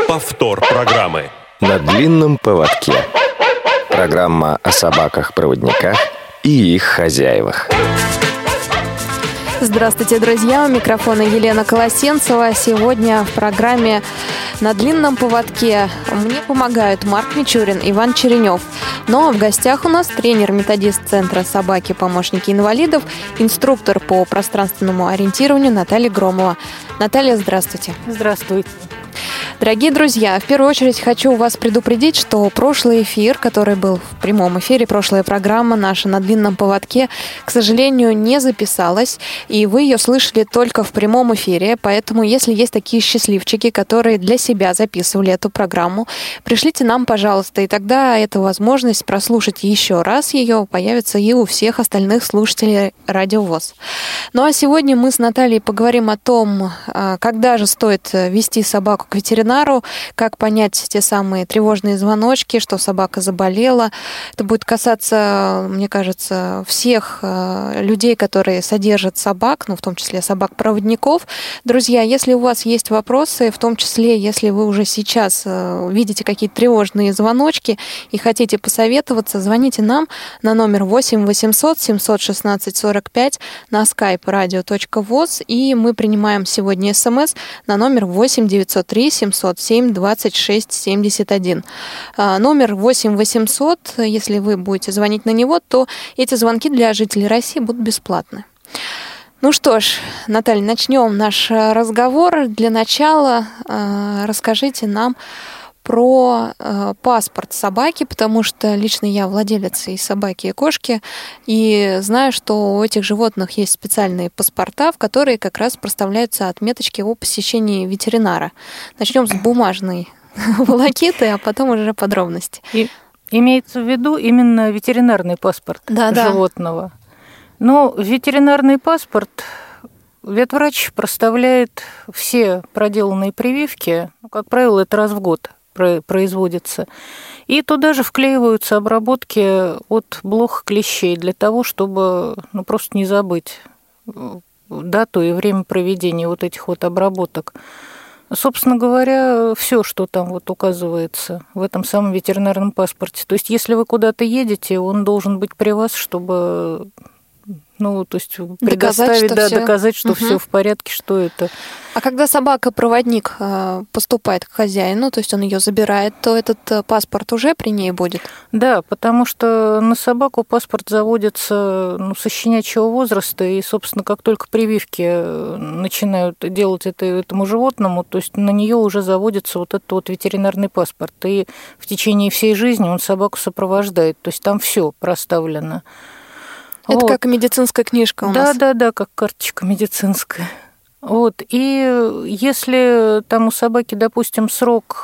Повтор программы. На длинном поводке. Программа о собаках-проводниках и их хозяевах. Здравствуйте, друзья! У микрофона Елена Колосенцева. Сегодня в программе «На длинном поводке» мне помогают Марк Мичурин, Иван Черенев. Но в гостях у нас тренер-методист Центра «Собаки-помощники инвалидов», инструктор по пространственному ориентированию Наталья Громова. Наталья, здравствуйте. Здравствуйте. Дорогие друзья, в первую очередь хочу вас предупредить, что прошлый эфир, который был в прямом эфире, прошлая программа наша «На длинном поводке», к сожалению, не записалась, и вы ее слышали только в прямом эфире, поэтому если есть такие счастливчики, которые для себя записывали эту программу, пришлите нам, пожалуйста, и тогда эта возможность прослушать еще раз ее появится и у всех остальных слушателей Радио ВОС. Ну а сегодня мы с Натальей поговорим о том, когда же стоит вести собаку к ветеринару, как понять те самые тревожные звоночки, что собака заболела. Это будет касаться, мне кажется, всех людей, которые содержат собак, в том числе собак-проводников. Друзья, если у вас есть вопросы, в том числе, если вы уже сейчас видите какие-то тревожные звоночки и хотите посоветоваться, звоните нам на номер 8 800 716 45 на skype radio.voz, и мы принимаем сегодня СМС на номер 8 903 707 26 71. Номер 8 800, если вы будете звонить на него, то эти звонки для жителей России будут бесплатны. Ну что ж, Наталья, начнем наш разговор. Для начала расскажите нам про паспорт собаки, потому что лично я владелец и собаки, и кошки, и знаю, что у этих животных есть специальные паспорта, в которые как раз проставляются отметочки о посещении ветеринара. Начнем с бумажной волокиты, а потом уже подробности. И имеется в виду именно ветеринарный паспорт животного. Но ветеринарный паспорт ветврач проставляет все проделанные прививки, как правило, это раз в год производится. И туда же вклеиваются обработки от блох клещей для того, чтобы просто не забыть дату и время проведения вот этих вот обработок. Собственно говоря, все, что там указывается в этом самом ветеринарном паспорте. То есть, если вы куда-то едете, он должен быть при вас, чтобы доказать, что все в порядке, что это. А когда собака-проводник поступает к хозяину, то есть он ее забирает, то этот паспорт уже при ней будет? Да, потому что на собаку паспорт заводится со щенячьего возраста, и, собственно, как только прививки начинают делать этому животному, то есть на нее уже заводится вот этот вот ветеринарный паспорт, и в течение всей жизни он собаку сопровождает, то есть там все проставлено. Это как медицинская книжка у нас. Да, как карточка медицинская. И если там у собаки, допустим, срок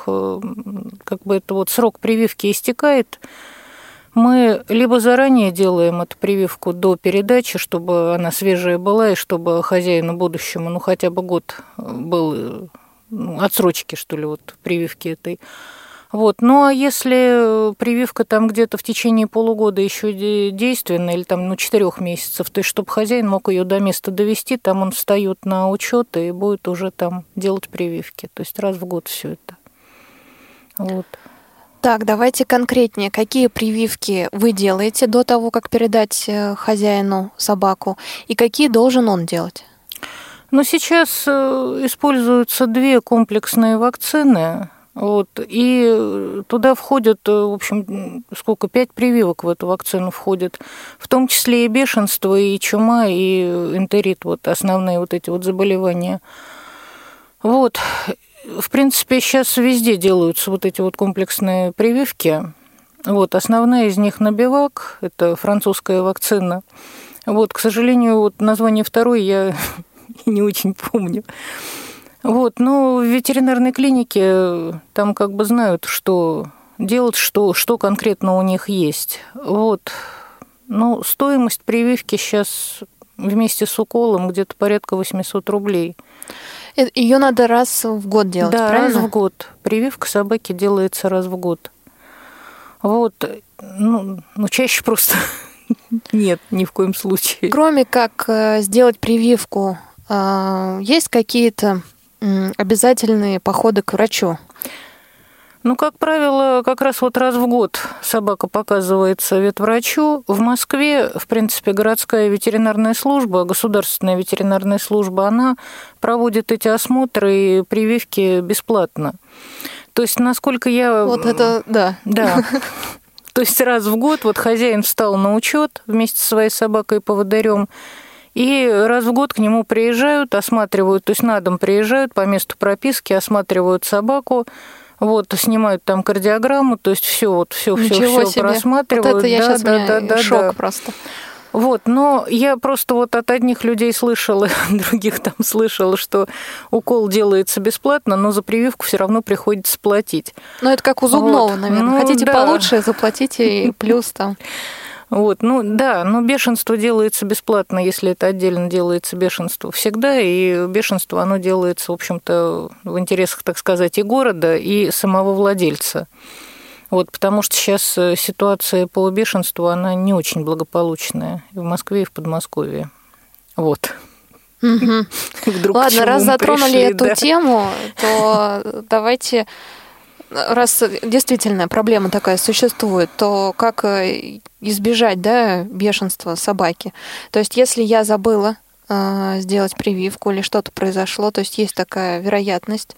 прививки истекает, мы либо заранее делаем эту прививку до передачи, чтобы она свежая была, и чтобы хозяину будущему, хотя бы год был отсрочки, что ли, прививки этой. Ну, а если прививка там где-то в течение полугода еще действенна, или 4 месяцев, то есть чтобы хозяин мог ее до места довести, там он встает на учет и будет уже там делать прививки. То есть раз в год все это. Так, давайте конкретнее. Какие прививки вы делаете до того, как передать хозяину собаку, и какие должен он делать? Сейчас используются 2 комплексные вакцины. И туда входят, в общем, 5 прививок в эту вакцину входит, в том числе и бешенство, и чума, и энтерит, основные эти заболевания. В принципе, сейчас везде делаются эти комплексные прививки. Основная из них Новавак, это французская вакцина. К сожалению, название второй я не очень помню. Но в ветеринарной клинике там знают, что делать, что конкретно у них есть. Стоимость прививки сейчас вместе с уколом где-то порядка 800 рублей. Ее надо раз в год делать, да, правильно? Раз в год. Прививка собаки делается раз в год. Чаще просто нет, ни в коем случае. Кроме как сделать прививку, есть какие-то обязательные походы к врачу? Ну, как правило, как раз вот раз в год собака показывается ветврачу. В Москве, в принципе, городская ветеринарная служба, государственная ветеринарная служба, она проводит эти осмотры и прививки бесплатно. То есть, насколько я... Вот это, да. Да. То есть раз в год вот хозяин встал на учет вместе со своей собакой-поводырем, и раз в год к нему приезжают, осматривают, то есть на дом приезжают по месту прописки, осматривают собаку, вот, снимают там кардиограмму, то есть все просматривают. Вот это я сейчас шок просто. Вот, но я просто вот от одних людей слышала, других там слышала, что укол делается бесплатно, но за прививку все равно приходится платить. Ну, это как у зубного, вот. Наверное. Ну, хотите да. получше, заплатите и плюс там. Вот, ну да, но бешенство делается бесплатно, если это отдельно делается бешенство всегда, и бешенство, оно делается, в общем-то, в интересах, так сказать, и города, и самого владельца. Вот, потому что сейчас ситуация по бешенству, она не очень благополучная и в Москве, и в Подмосковье. Вот. Ладно, раз затронули эту тему, то давайте... Раз действительно проблема такая существует, то как избежать, да, бешенства собаки? То есть если я забыла сделать прививку или что-то произошло, то есть есть такая вероятность,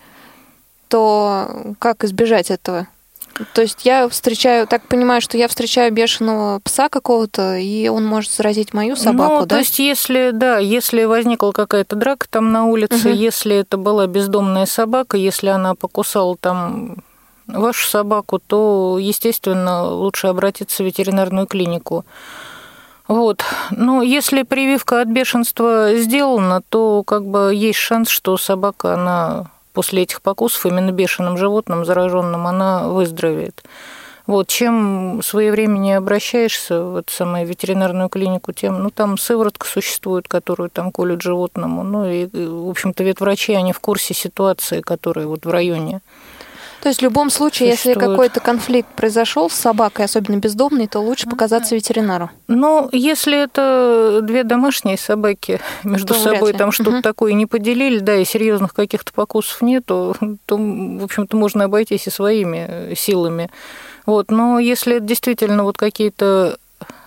то как избежать этого? То есть я так понимаю, что я встречаю бешеного пса какого-то, и он может заразить мою собаку, да? То есть если возникла какая-то драка там на улице, если это была бездомная собака, если она покусала там вашу собаку, то, естественно, лучше обратиться в ветеринарную клинику. Вот. Но если прививка от бешенства сделана, то как бы есть шанс, что собака, она после этих покусов, именно бешеным животным, зараженным, она выздоровеет. Вот. Чем своевременнее обращаешься в эту самую ветеринарную клинику, тем, там сыворотка существует, которую там колют животному. И, в общем-то, ветврачи, они в курсе ситуации, которая вот в районе. То есть в любом случае, если какой-то конфликт произошел с собакой, особенно бездомной, то лучше показаться ветеринару. Ну, если это две домашние собаки между собой там что-то такое не поделили, да, и серьезных каких-то покусов нету, то, в общем-то, можно обойтись и своими силами. Вот, но если это действительно вот какие-то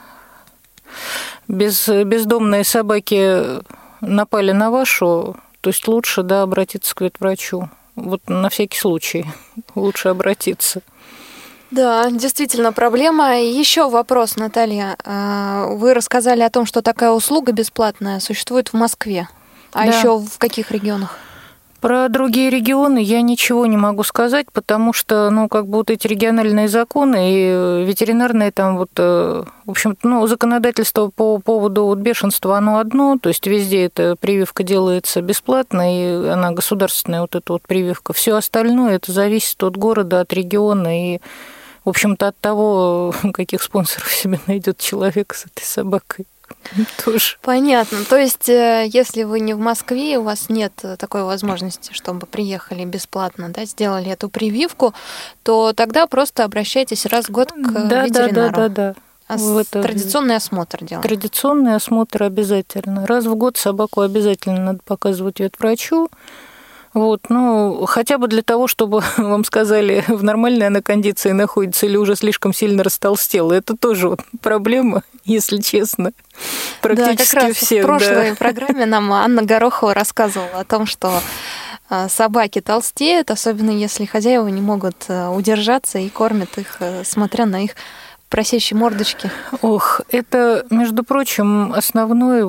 бездомные собаки напали на вашу, то есть лучше, да, обратиться к ветврачу. Вот на всякий случай лучше обратиться. Да, действительно проблема. И еще вопрос, Наталья. Вы рассказали о том, что такая услуга бесплатная существует в Москве. А еще в каких регионах? Про другие регионы я ничего не могу сказать, потому что, вот эти региональные законы и ветеринарные там в общем-то, законодательство по поводу бешенства, оно одно, то есть везде эта прививка делается бесплатно, и она государственная, вот эта прививка. Все остальное, это зависит от города, от региона и, в общем-то, от того, каких спонсоров себе найдет человек с этой собакой. Тоже. Понятно. То есть, если вы не в Москве, у вас нет такой возможности, чтобы приехали бесплатно, да, сделали эту прививку, то тогда просто обращайтесь раз в год к ветеринару. Да. Традиционный осмотр делаем. Традиционный осмотр обязательно. Раз в год собаку обязательно надо показывать ветврачу. Вот, хотя бы для того, чтобы вам сказали, в нормальной она кондиции находится или уже слишком сильно растолстела. Это тоже проблема, если честно. Практически как раз все. В прошлой программе нам Анна Горохова рассказывала о том, что собаки толстеют, особенно если хозяева не могут удержаться и кормят их, смотря на их просящие мордочки. Ох, это, между прочим, основной,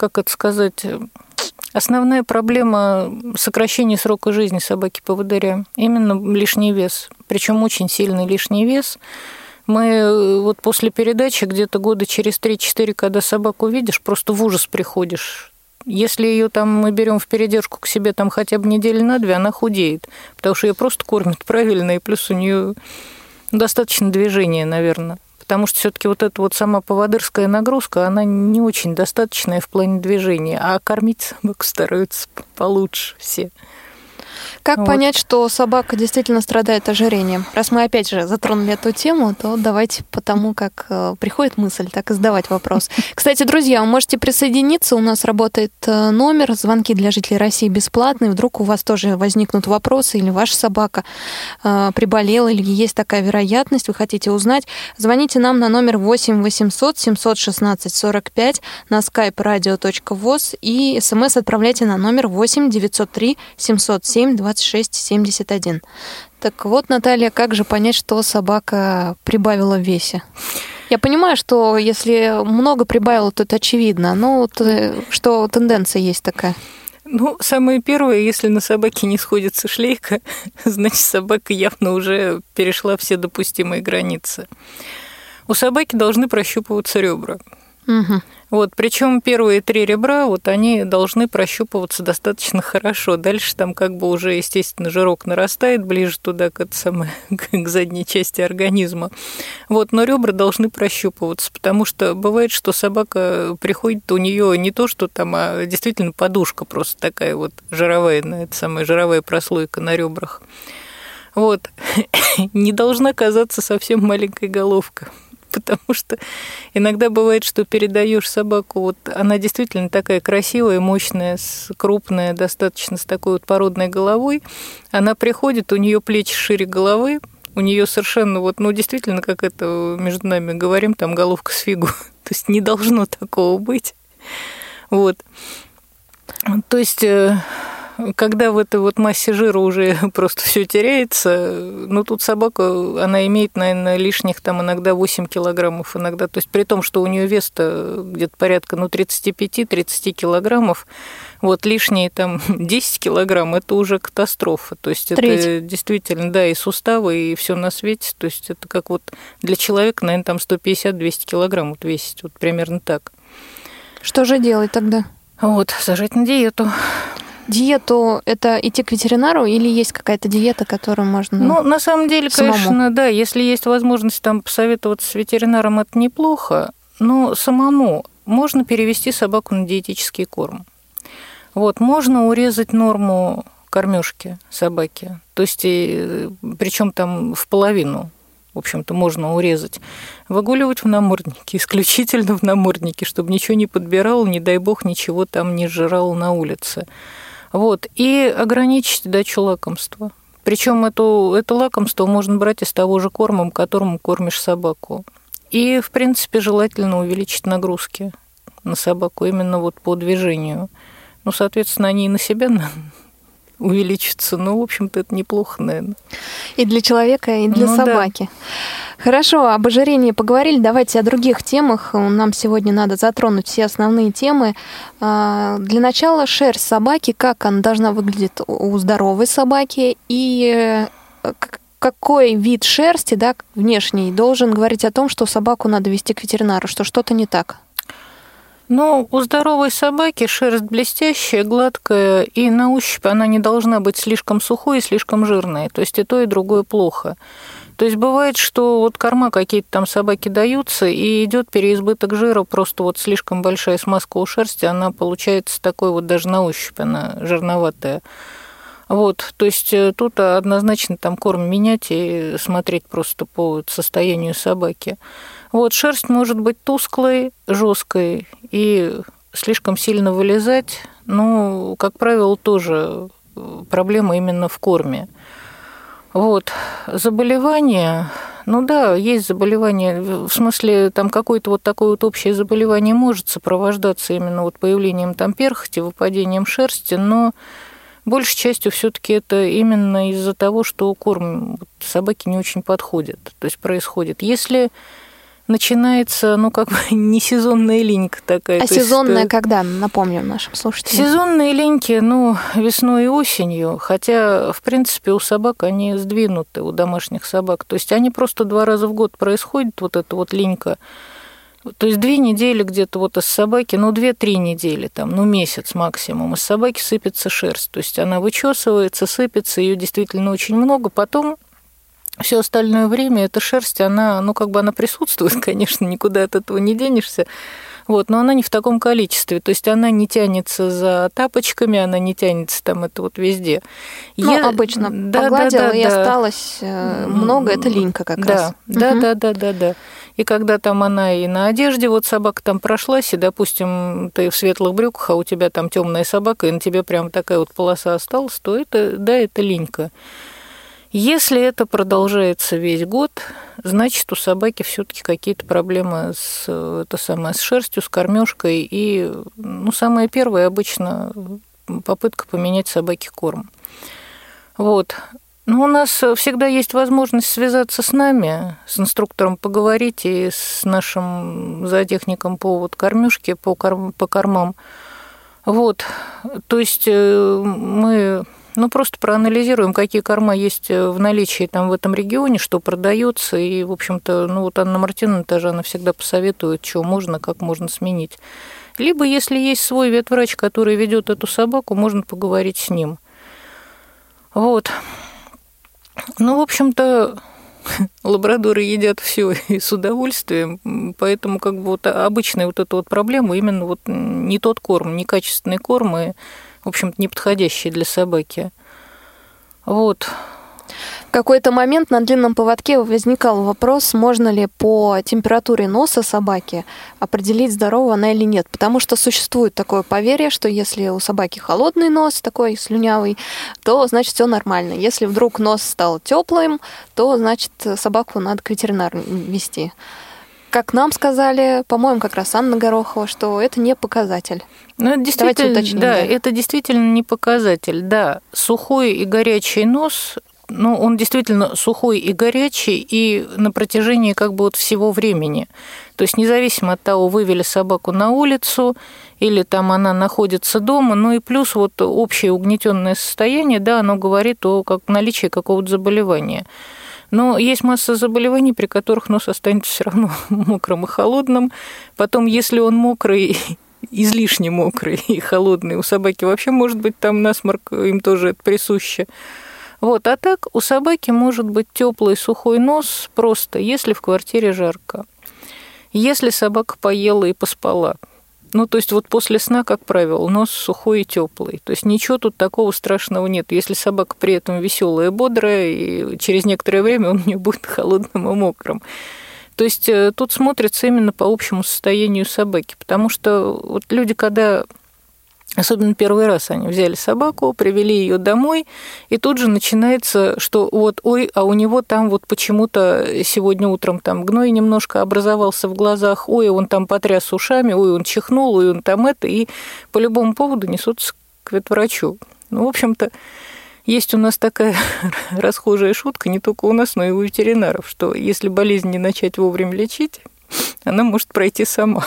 основная проблема сокращения срока жизни собаки-поводыря. Именно лишний вес. Причем очень сильный лишний вес. Мы после передачи где-то года через 3-4, когда собаку видишь, просто в ужас приходишь. Если ее мы берем в передержку к себе хотя бы недели на 2, она худеет, потому что ее просто кормят правильно, и плюс у нее достаточно движения, наверное. Потому что все-таки эта сама поводырская нагрузка, она не очень достаточная в плане движения, а кормить собаку стараются получше все. Как понять, что собака действительно страдает ожирением? Раз мы опять же затронули эту тему, то давайте по тому, как приходит мысль, так и задавать вопрос. Кстати, друзья, вы можете присоединиться, у нас работает номер, звонки для жителей России бесплатные, вдруг у вас тоже возникнут вопросы, или ваша собака приболела, или есть такая вероятность, вы хотите узнать, звоните нам на номер 8 800 716 45 на skype radio.voz и смс отправляйте на номер 8 903 707 26 71. Так вот, Наталья, как же понять, что собака прибавила в весе? Я понимаю, что если много прибавила, то это очевидно, но что тенденция есть такая. Ну, самое первое, если на собаке не сходится шлейка, значит, собака явно уже перешла все допустимые границы. У собаки должны прощупываться ребра. Угу. Вот, причем первые 3 ребра, вот они должны прощупываться достаточно хорошо. Дальше там как бы уже, естественно, жирок нарастает ближе туда, к задней части организма. Вот, но ребра должны прощупываться, потому что бывает, что собака приходит, у нее не то, что там, а действительно подушка просто такая вот жировая, это самая жировая прослойка на ребрах. Вот, не должна казаться совсем маленькая головка. Потому что иногда бывает, что передаешь собаку, вот она действительно такая красивая, мощная, крупная, достаточно с такой вот породной головой. Она приходит, у нее плечи шире головы, у нее совершенно вот, ну действительно, как это между нами говорим, там головка с фигу. То есть не должно такого быть. Вот. То есть когда в этой вот массе жира уже просто все теряется, ну, тут собака, она имеет, наверное, лишних там иногда 8 килограммов, иногда, то есть при том, что у нее вес-то где-то порядка, 35-30 килограммов, вот лишние там 10 килограмм, это уже катастрофа, то есть это действительно, да, и суставы, и все на свете, то есть это как вот для человека, наверное, там 150-200 килограмм вот весить, вот примерно так. Что же делать тогда? Вот, сажать на диету. Диету – это идти к ветеринару или есть какая-то диета, которую можно Ну, на самом деле, самому? Конечно, да, если есть возможность там посоветоваться с ветеринаром, это неплохо, но самому можно перевести собаку на диетический корм. Вот, можно урезать норму кормежки собаки, то есть, причем там в половину, в общем-то, можно урезать. Выгуливать в наморднике, исключительно в наморднике, чтобы ничего не подбирал, не дай бог, ничего там не сжирал на улице. Вот, и ограничить дачу лакомства. Причем это лакомство можно брать из того же корма, которым кормишь собаку. И, в принципе, желательно увеличить нагрузки на собаку именно вот по движению. Ну, соответственно, они и на себя увеличатся. Ну, в общем-то, это неплохо, наверное. И для человека, и для собаки. Да. Хорошо, об ожирении поговорили. Давайте о других темах. Нам сегодня надо затронуть все основные темы. Для начала шерсть собаки, как она должна выглядеть у здоровой собаки, и какой вид шерсти, да, внешний, должен говорить о том, что собаку надо везти к ветеринару, что что-то не так. Ну, у здоровой собаки шерсть блестящая, гладкая, и на ощупь она не должна быть слишком сухой и слишком жирной. То есть и то, и другое плохо. То есть бывает, что вот корма какие-то там собаке даются, и идет переизбыток жира, просто вот слишком большая смазка у шерсти, она получается такой вот даже на ощупь, она жирноватая. Вот, то есть тут однозначно там корм менять и смотреть просто по состоянию собаки. Вот, шерсть может быть тусклой, жесткой и слишком сильно вылезать, но, как правило, тоже проблема именно в корме. Вот, заболевания, ну да, есть заболевания, в смысле, там какое-то вот такое вот общее заболевание может сопровождаться именно вот появлением там перхоти, выпадением шерсти, но большей частью все-таки это именно из-за того, что корм собаке не очень подходит, то есть происходит. Если начинается, ну, как бы не сезонная линька такая. А сезонная когда? Напомним нашим слушателям. Сезонные линьки, ну, весной и осенью, хотя, в принципе, у собак они сдвинуты, у домашних собак. То есть они просто 2 раза в год происходит вот эта вот линька. То есть 2 недели где-то вот из собаки, ну, 2-3 недели, там, ну, месяц максимум, из собаки сыпется шерсть. То есть она вычесывается, сыпется, ее действительно очень много. Потом все остальное время эта шерсть, она, ну, как бы она присутствует, конечно, никуда от этого не денешься, Вот, но она не в таком количестве, то есть она не тянется за тапочками, она не тянется там это вот везде. Ну, обычно погладила и осталось много, это линька как раз. Да. И когда там она и на одежде, вот собака там прошлась, и, допустим, ты в светлых брюках, а у тебя там темная собака, и на тебе прям такая вот полоса осталась, то это, да, это линька. Если это продолжается весь год, значит, у собаки все-таки какие-то проблемы с шерстью, с кормежкой. И самое первое обычно попытка поменять собаке корм. Вот. Но у нас всегда есть возможность связаться с нами, с инструктором поговорить и с нашим зоотехником по кормежке, по кормам. Вот. То есть мы просто проанализируем, какие корма есть в наличии там в этом регионе, что продается, и, в общем-то, Анна Мартиновна тоже, она всегда посоветует, что можно, как можно сменить. Либо, если есть свой ветврач, который ведет эту собаку, можно поговорить с ним. Вот. В общем-то, лабрадоры едят все и с удовольствием, поэтому обычная эта проблема именно не тот корм, некачественный корм и, в общем-то, неподходящий для собаки. Вот. В какой-то момент на длинном поводке возникал вопрос, можно ли по температуре носа собаки определить, здорова она или нет. Потому что существует такое поверье, что если у собаки холодный нос, такой слюнявый, то значит все нормально. Если вдруг нос стал теплым, то значит собаку надо к ветеринару вести. Как нам сказали, по-моему, как раз Анна Горохова, что это не показатель. Это действительно, уточним, это действительно не показатель. Да, сухой и горячий нос, он действительно сухой и горячий, и на протяжении всего времени. То есть независимо от того, вывели собаку на улицу или там она находится дома, и плюс общее угнетенное состояние, да, оно говорит о наличии какого-то заболевания. Но есть масса заболеваний, при которых нос останется все равно мокрым и холодным. Потом, если он мокрый, излишне мокрый и холодный, у собаки вообще может быть там насморк, им тоже это присуще. Вот, а так у собаки может быть теплый сухой нос просто, если в квартире жарко. Если собака поела и поспала. То есть после сна, как правило, нос сухой и теплый. То есть ничего тут такого страшного нет. Если собака при этом веселая, бодрая, и через некоторое время он у нее будет холодным и мокрым. То есть тут смотрится именно по общему состоянию собаки. Потому что люди, когда... Особенно первый раз они взяли собаку, привели ее домой, и тут же начинается, что а у него там почему-то сегодня утром там гной немножко образовался в глазах, он там потряс ушами, он чихнул, он там и по любому поводу несутся к ветврачу. В общем-то, есть у нас такая расхожая шутка, не только у нас, но и у ветеринаров, что если болезнь не начать вовремя лечить, она может пройти сама.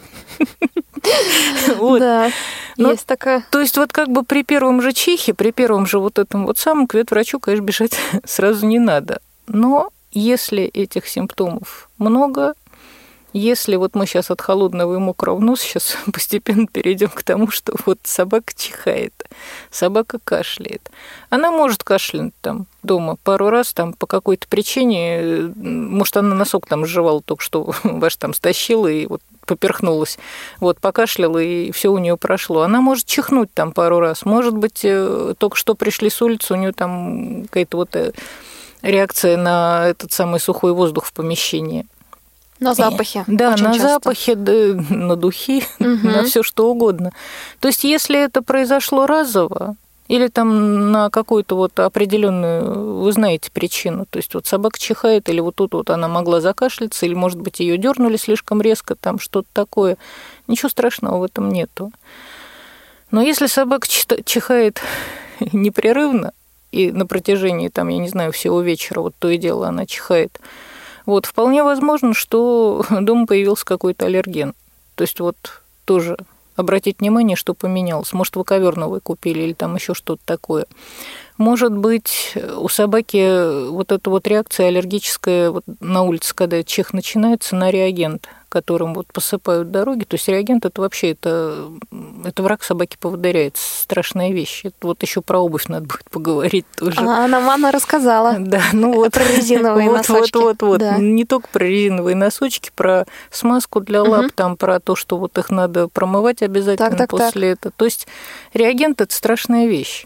Да, есть такая. То есть при первом же чихе, при первом же этом самом к ветврачу, конечно, бежать сразу не надо. Но если этих симптомов много, если мы сейчас от холодного и мокрого носа сейчас постепенно перейдем к тому, что собака чихает, собака кашляет. Она может кашлянуть там дома пару раз там по какой-то причине, может, она носок там сживала только что, ваш там стащила и поперхнулась, покашляла, и все у нее прошло. Она может чихнуть там пару раз. Может быть, только что пришли с улицы, у нее там какая-то реакция на этот самый сухой воздух в помещении. На запахи. Да, очень на часто. запахи, на духи, на все что угодно. То есть, если это произошло разово, или там на какую-то определенную, вы знаете, причину. То есть собака чихает, или тут она могла закашляться, или, может быть, ее дернули слишком резко, там что-то такое. Ничего страшного в этом нету. Но если собака чихает непрерывно, и на протяжении, там, я не знаю, всего вечера, то и дело она чихает, вполне возможно, что дома появился какой-то аллерген. То есть тоже обратить внимание, что поменялось. Может, вы ковер новый купили или там еще что-то такое. Может быть, у собаки эта реакция аллергическая на улице, когда чих начинается, на реагент. которым вот посыпают дороги. То есть реагент это вообще это враг собаки-поводыря, это страшная вещь. Это вот еще про обувь надо будет поговорить тоже. Нам Анна рассказала. Да, ну вот про резиновые носочки. Вот. Да. Не только про резиновые носочки, про смазку для лап, там про то, что вот их надо промывать обязательно после этого. То есть реагент это страшная вещь.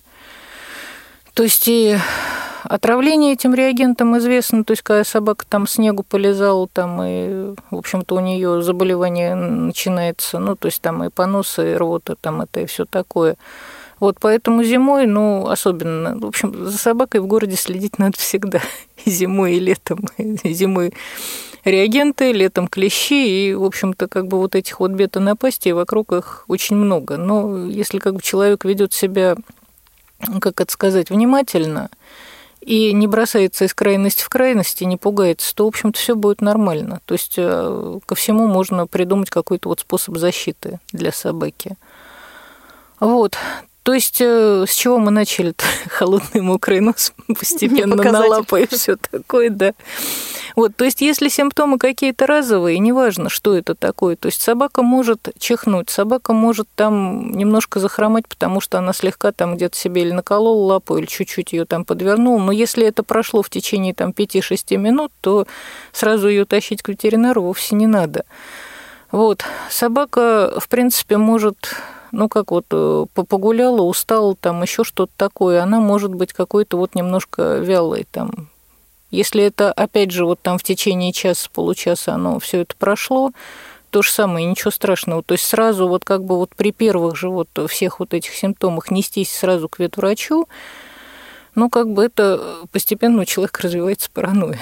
То есть и отравление этим реагентом известно, то есть когда собака там снегу полезала, там и, в общем-то, у нее заболевание начинается, ну, то есть там и поносы, и рвота, там это и все такое. Вот поэтому зимой, ну, особенно, в общем, за собакой в городе следить надо всегда, и зимой, и летом, и зимой реагенты, летом клещи, и, в общем-то, как бы вот этих вот бета-напастей вокруг их очень много. Но если как бы человек ведет себя, как это сказать, внимательно и не бросается из крайности в крайности, не пугается, то, в общем-то, все будет нормально. То есть ко всему можно придумать какой-то вот способ защиты для собаки. Вот. То есть с чего мы начали? Холодный мокрый нос, постепенно на лапы и все такое, да. Вот, то есть если симптомы какие-то разовые, неважно, что это такое, то есть собака может чихнуть, собака может там немножко захромать, потому что она слегка там где-то себе или наколола лапу, или чуть-чуть ее там подвернула, но если это прошло в течение там 5-6 минут, то сразу ее тащить к ветеринару вовсе не надо. Вот, собака, в принципе, может... Ну, как вот погуляла, устала, там еще что-то такое, она может быть какой-то вот немножко вялой там. Если это, опять же, вот там в течение часа-получаса оно все это прошло, то же самое, ничего страшного. То есть сразу вот как бы вот при первых же вот всех вот этих симптомах нестись сразу к ветврачу, ну, как бы это постепенно у человека развивается паранойя.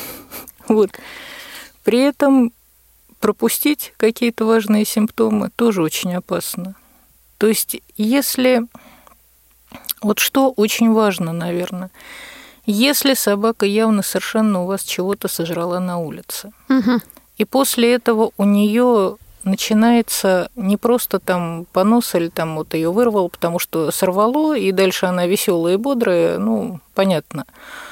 Вот. При этом пропустить какие-то важные симптомы тоже очень опасно. То есть, если... Вот что очень важно, наверное, если собака явно совершенно у вас чего-то сожрала на улице, и после этого у нее начинается не просто там понос или там вот ее вырвало, потому что сорвало, и дальше она веселая и бодрая, ну, понятно.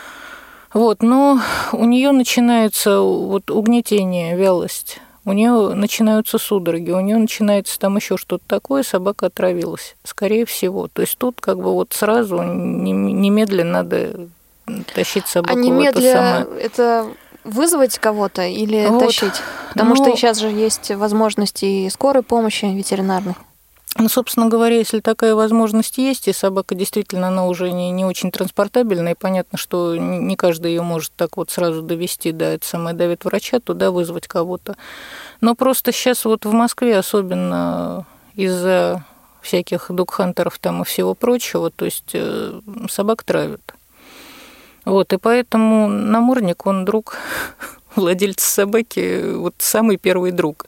Вот, но у нее начинается вот угнетение, вялость. У нее начинаются судороги, у нее начинается там еще что-то такое, собака отравилась, скорее всего. То есть тут как бы вот сразу немедленно надо тащить собаку в это самое. Это вызвать кого-то или вот, тащить? Потому что сейчас же есть возможности и скорой помощи ветеринарной. Ну, собственно говоря, если такая возможность есть, и собака действительно, она уже не очень транспортабельная, и понятно, что не каждый ее может так вот сразу довести до ветврача, туда вызвать кого-то. Но просто сейчас вот в Москве, особенно из-за всяких догхантеров там и всего прочего, то есть собак травят. Вот, и поэтому намордник, он друг владельца собаки, вот самый первый друг.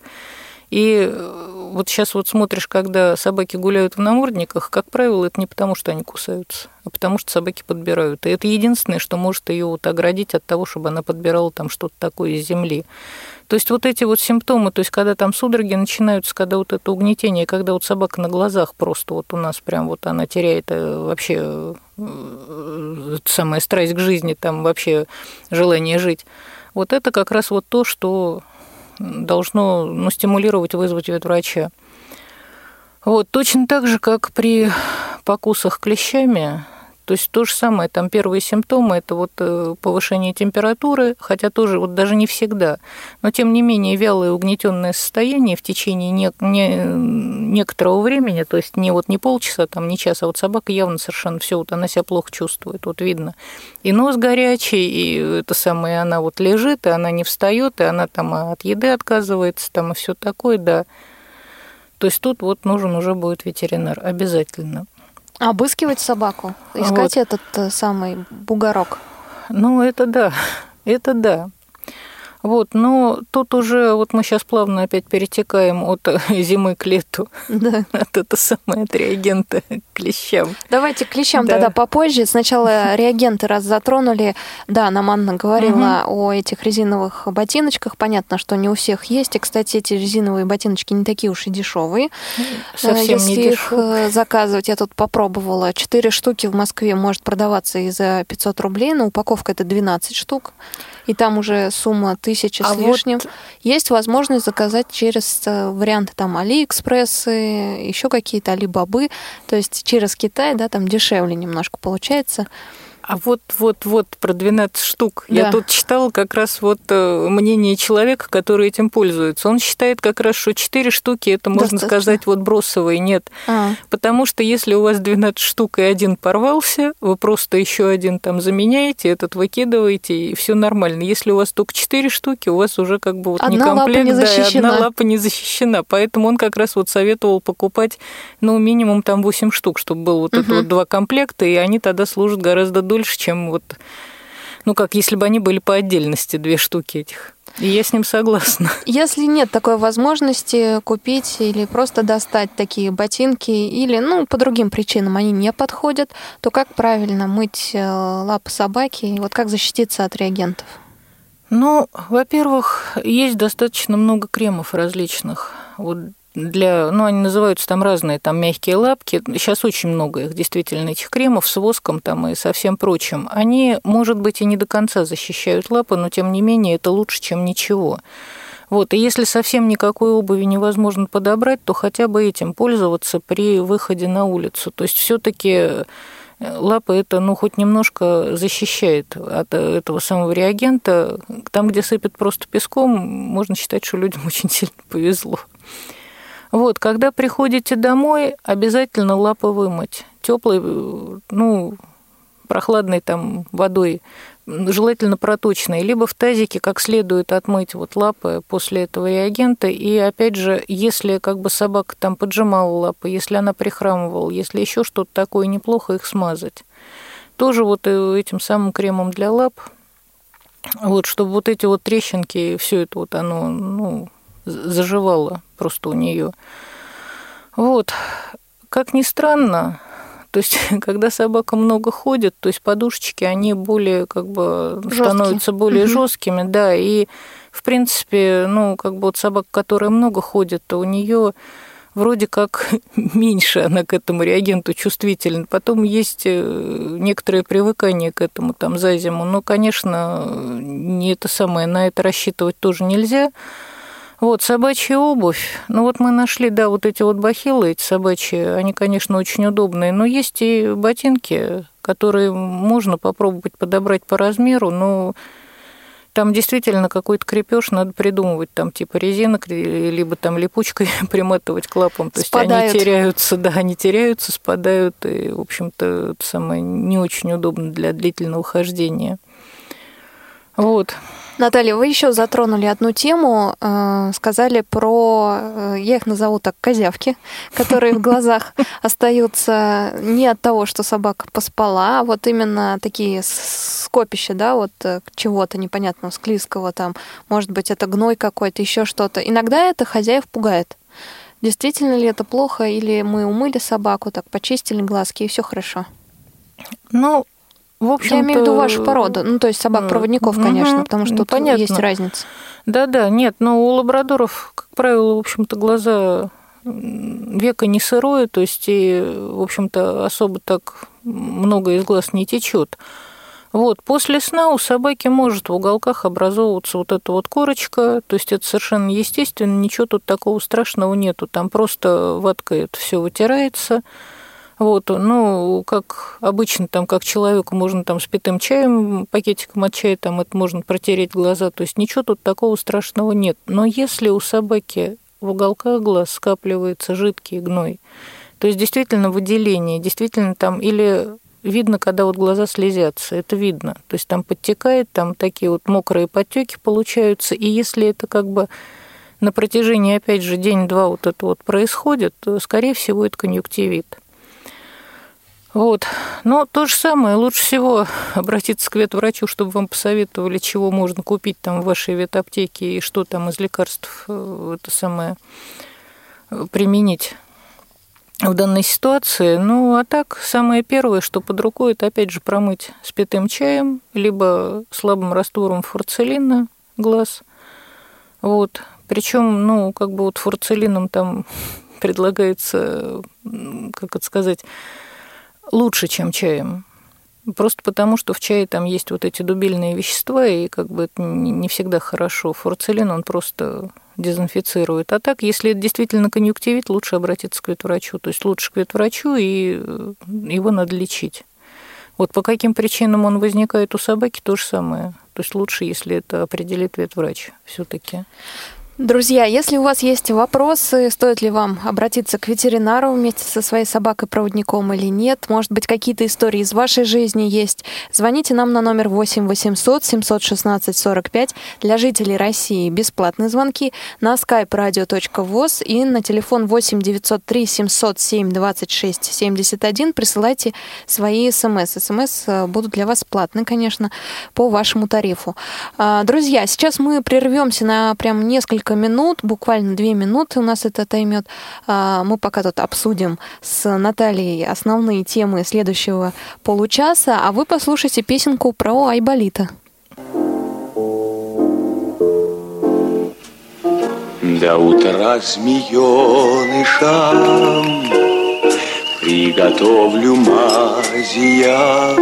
И вот сейчас вот смотришь, когда собаки гуляют в намордниках, как правило, это не потому, что они кусаются, а потому что собаки подбирают. И это единственное, что может ее вот оградить от того, чтобы она подбирала там что-то такое из земли. То есть вот эти вот симптомы, то есть когда там судороги начинаются, когда вот это угнетение, когда вот собака на глазах просто вот у нас прям вот она теряет вообще самая страсть к жизни, там вообще желание жить. Вот это как раз вот то, что должно стимулировать, вызвать ветврача. Вот, точно так же, как при покусах клещами, то есть то же самое, там первые симптомы – это вот повышение температуры, хотя тоже вот даже не всегда, но тем не менее вялое угнетенное состояние в течение некоторого времени, то есть не полчаса, там, не час, а вот собака явно совершенно все, вот она себя плохо чувствует, вот видно. И нос горячий, и это самое, она вот лежит, и она не встает, и она там от еды отказывается, там и все такое, да. То есть тут вот нужен уже будет ветеринар, обязательно. Обыскивать собаку, искать вот этот самый бугорок. Ну, это да, это да. Вот, но тут уже, вот мы сейчас плавно опять перетекаем от зимы к лету, да. От реагента к клещам. Давайте к клещам тогда попозже. Сначала реагенты раз затронули. Да, нам Анна говорила о этих резиновых ботиночках. Понятно, что не у всех есть. И, кстати, эти резиновые ботиночки не такие уж и дешевые. Совсем Если не дешевые. их заказывать, я тут попробовала. 4 штуки в Москве может продаваться и за 500 рублей, но упаковка это 12 штук. И там уже сумма 1000 с лишним. Есть возможность заказать через варианты там Алиэкспресс, еще какие-то Алибабы. То есть через Китай, да, там дешевле немножко получается. А вот про 12 штук. Да. Я тут читала как раз мнение человека, который этим пользуется. Он считает как раз, что 4 штуки это, можно сказать, бросовые. Нет. Потому что если у вас 12 штук и один порвался, вы просто еще один там заменяете, этот выкидываете, и все нормально. Если у вас только 4 штуки, у вас уже как бы не комплект, и одна лапа не защищена. Поэтому он как раз советовал покупать, минимум там 8 штук, чтобы было это 2 комплекта, и они тогда служат гораздо дольше, чем как если бы они были по отдельности 2 штуки этих. И я с ним согласна. Если нет такой возможности купить или просто достать такие ботинки, или, по другим причинам они не подходят, то как правильно мыть лапы собаки? И как защититься от реагентов? Во-первых, есть достаточно много кремов различных. Они называются там разные, там мягкие лапки. Сейчас очень много их, действительно, этих кремов с воском там и со всем прочим. Они, может быть, и не до конца защищают лапы, но тем не менее это лучше, чем ничего. И если совсем никакой обуви невозможно подобрать, то хотя бы этим пользоваться при выходе на улицу. То есть все-таки лапы это, хоть немножко защищает от этого самого реагента. Там, где сыпят просто песком, можно считать, что людям очень сильно повезло. Когда приходите домой, обязательно лапы вымыть. Теплой, прохладной там водой, желательно проточной, либо в тазике как следует отмыть лапы после этого реагента. И опять же, если собака там поджимала лапы, если она прихрамывала, если еще что-то такое, неплохо их смазать. Тоже этим самым кремом для лап, чтобы эти трещинки, все это оно, заживало просто у нее. Как ни странно, то есть, когда собака много ходит, то есть подушечки, они более становятся более жесткими, да, и в принципе, собака, которая много ходит, то у нее вроде как меньше она к этому реагенту чувствительна. Потом есть некоторое привыкание к этому там за зиму, но, конечно, не это самое, на это рассчитывать тоже нельзя. Собачья обувь. Мы нашли, эти бахилы, эти собачьи, они, конечно, очень удобные, но есть и ботинки, которые можно попробовать подобрать по размеру, но там действительно какой-то крепеж надо придумывать, там типа резинок, либо там липучкой приматывать к лапам. То есть они теряются, спадают, и, в общем-то, это самое не очень удобно для длительного хождения. Наталья, вы еще затронули одну тему, сказали про, я их назову так, козявки, которые в глазах остаются не от того, что собака поспала, а именно такие скопища, чего-то непонятного, склизкого, там, может быть, это гной какой-то, еще что-то. Иногда это хозяев пугает. Действительно ли это плохо, или мы умыли собаку, так почистили глазки, и все хорошо? В общем-то, я имею в виду вашу породу, то есть собак-проводников, конечно, потому что тут есть разница. Да, нет, но у лабрадоров, как правило, в общем-то, глаза веко не сырое, то есть, и, в общем-то, особо так много из глаз не течет. После сна у собаки может в уголках образовываться эта корочка, то есть это совершенно естественно, ничего тут такого страшного нету, там просто ваткой это все вытирается. Как обычно, там, как человеку можно там с питым чаем, пакетиком от чая, там это можно протереть глаза, то есть ничего тут такого страшного нет. Но если у собаки в уголках глаз скапливается жидкий гной, то есть действительно выделение, действительно там или видно, когда глаза слезятся, это видно, то есть там подтекает, там такие мокрые подтеки получаются, и если это на протяжении, опять же, день-два это происходит, то, скорее всего, это конъюнктивит. Но то же самое, лучше всего обратиться к ветврачу, чтобы вам посоветовали, чего можно купить там в вашей ветаптеке и что там из лекарств это самое применить. в данной ситуации. Ну, а так, самое первое, что под рукой, это, опять же, промыть спиртным чаем, либо слабым раствором фурцелина глаз. Вот. Причем, ну, как бы вот фурцелином там предлагается, как это сказать, лучше, чем чаем. Просто потому, что в чае там есть вот эти дубильные вещества, и как бы это не всегда хорошо. Фурцелин, он просто дезинфицирует. А так, если это действительно конъюнктивит, лучше обратиться к ветврачу. То есть лучше к ветврачу, и его надо лечить. Вот по каким причинам он возникает у собаки, то же самое. То есть лучше, если это определит ветврач все-таки. Друзья, если у вас есть вопросы, стоит ли вам обратиться к ветеринару вместе со своей собакой-проводником или нет, может быть, какие-то истории из вашей жизни есть, звоните нам на номер 8 800 716 45. Для жителей России бесплатные звонки на skype radio.voz и на телефон 8 903 707 26 71 присылайте свои смс. СМС будут для вас платны, конечно, по вашему тарифу. Друзья, сейчас мы прервемся на прям несколько минут, буквально 2 минуты у нас это займет. Мы пока тут обсудим с Натальей основные темы следующего получаса, а вы послушайте песенку про Айболита. До утра змеёнышам приготовлю мази я,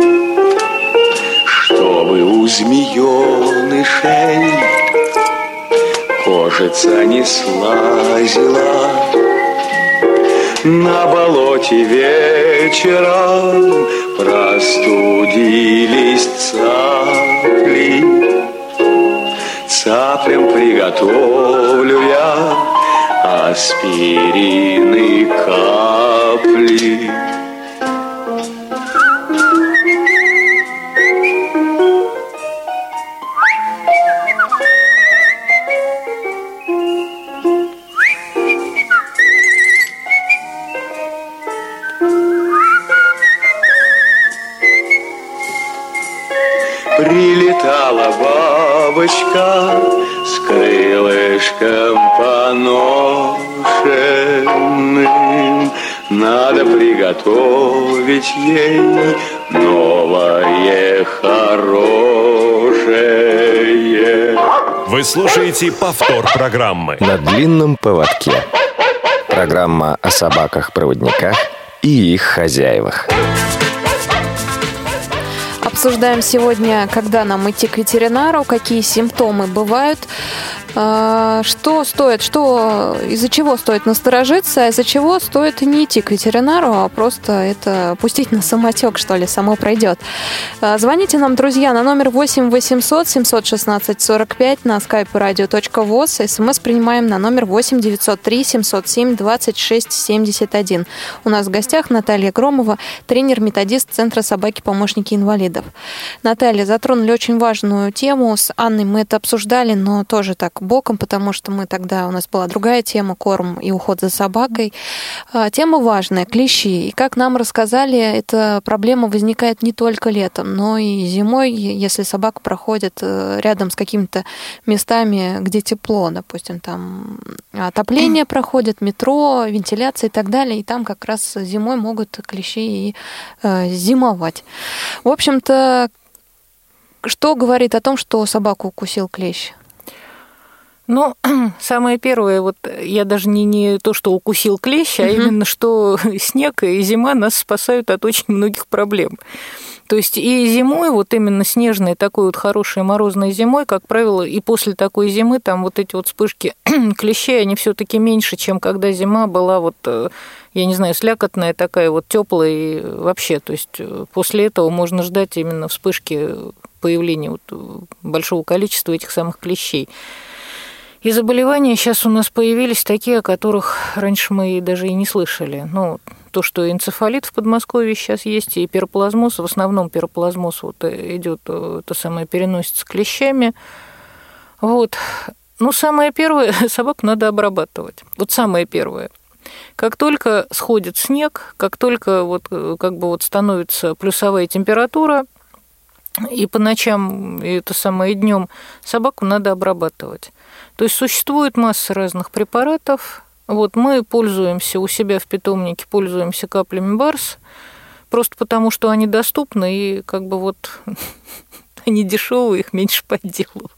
чтобы у змеёнышей кожица не слазила. На болоте вечером простудились цапли. Цаплям приготовлю я аспирин и капли. Прилетала бабочка с крылышком поношенным. Надо приготовить ей новое хорошее. Вы слушаете повтор программы «На длинном поводке». Программа о собаках-проводниках и их хозяевах. Обсуждаем сегодня, когда нам идти к ветеринару, какие симптомы бывают, что стоит, из-за чего стоит насторожиться, а из-за чего стоит не идти к ветеринару, а просто это пустить на самотек, что ли, само пройдет. Звоните нам, друзья, на номер 8 800 716 45 на skype radio.voz. СМС принимаем на номер 8 903 707 26 71. У нас в гостях Наталья Громова, тренер-методист Центра собаки-помощники инвалидов. Наталья, затронули очень важную тему. С Анной мы это обсуждали, но тоже так боком, потому что у нас была другая тема, корм и уход за собакой. Тема важная, клещи. И как нам рассказали, эта проблема возникает не только летом, но и зимой, если собака проходит рядом с какими-то местами, где тепло, допустим, там отопление проходит, метро, вентиляция и так далее, и там как раз зимой могут клещи и зимовать. В общем-то, что говорит о том, что собаку укусил клещ? Ну, самое первое, вот я даже не то, что укусил клещ, а именно, что снег и зима нас спасают от очень многих проблем. То есть и зимой, вот именно снежной, такой вот хорошей морозной зимой, как правило, и после такой зимы там вот эти вот вспышки клещей, они все-таки меньше, чем когда зима была вот, я не знаю, слякотная такая вот теплая и вообще. То есть после этого можно ждать именно вспышки появления вот большого количества этих самых клещей. И заболевания сейчас у нас появились такие, о которых раньше мы даже и не слышали. Ну, то, что энцефалит в Подмосковье сейчас есть, и пироплазмоз, в основном пироплазмоз вот идет, это самое, переносится клещами. Вот. Ну, самое первое, собаку надо обрабатывать. Вот самое первое. Как только сходит снег, как только вот, как бы вот становится плюсовая температура, и по ночам, и это самое, и днем собаку надо обрабатывать. То есть существует масса разных препаратов, Вот мы пользуемся у себя в питомнике, пользуемся каплями Барс, просто потому что они доступны, и как бы вот они дешевые, их меньше подделывают.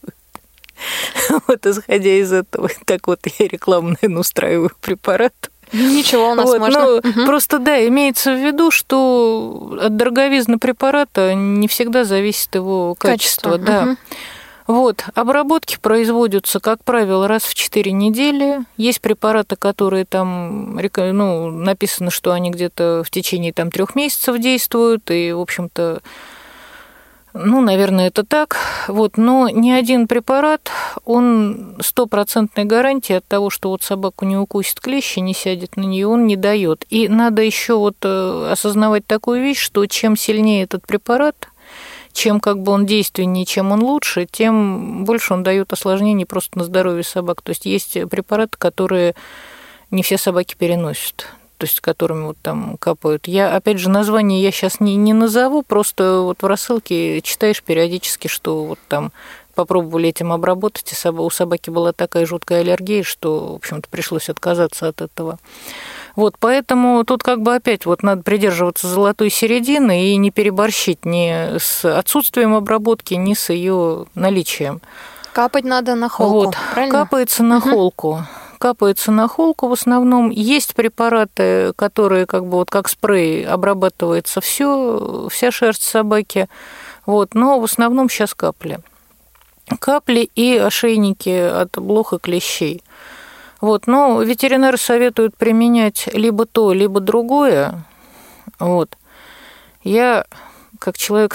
Вот, исходя из этого, так вот я рекламу, наверное, устраиваю препарат. Ничего, у нас вот, можно. Просто, да, имеется в виду, что от дороговизны препарата не всегда зависит его качество. Да. Вот, обработки производятся, как правило, раз в 4 недели. Есть препараты, которые там, написано, что они где-то в течение 3 месяцев действуют, и, в общем-то, наверное, это так. Вот, но ни один препарат, он 100% гарантии от того, что вот собаку не укусит клещ и не сядет на нее, он не дает. И надо еще вот осознавать такую вещь, что чем сильнее этот препарат, чем как бы он действеннее, чем он лучше, тем больше он дает осложнений просто на здоровье собак. То есть есть препараты, которые не все собаки переносят, то есть которыми вот там капают. Опять же, название я сейчас не назову, просто вот в рассылке читаешь периодически, что вот там попробовали этим обработать, и у собаки была такая жуткая аллергия, что, в общем-то, пришлось отказаться от этого. Вот, поэтому тут как бы опять вот надо придерживаться золотой середины и не переборщить ни с отсутствием обработки, ни с ее наличием. Капать надо на холку, вот, правильно? Капается на холку. Капается на холку в основном. Есть препараты, которые как бы вот как спрей обрабатывается вся шерсть собаки. Вот, но в основном сейчас капли. Капли и ошейники от блох и клещей. Вот, но ветеринары советуют применять либо то, либо другое. Вот. Я, как человек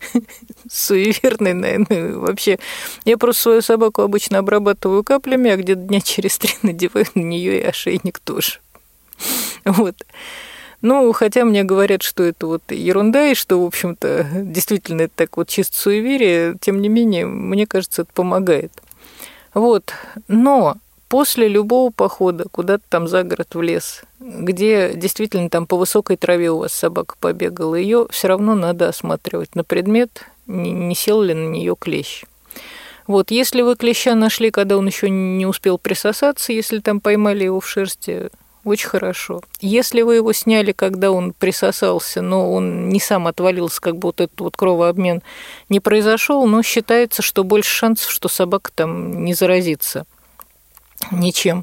суеверный, наверное, вообще, я просто свою собаку обычно обрабатываю каплями, а где-то дня через 3 надеваю на нее и ошейник тоже. Вот. Хотя мне говорят, что это вот ерунда, и что, в общем-то, действительно это так вот чисто суеверие, тем не менее, мне кажется, это помогает. Вот. Но после любого похода куда-то там за город в лес, где действительно там по высокой траве у вас собака побегала, ее все равно надо осматривать на предмет, не сел ли на нее клещ. Вот, если вы клеща нашли, когда он еще не успел присосаться, если там поймали его в шерсти, очень хорошо. Если вы его сняли, когда он присосался, но он не сам отвалился, как бы вот этот вот кровообмен не произошел, но считается, что больше шансов, что собака там не заразится ничем.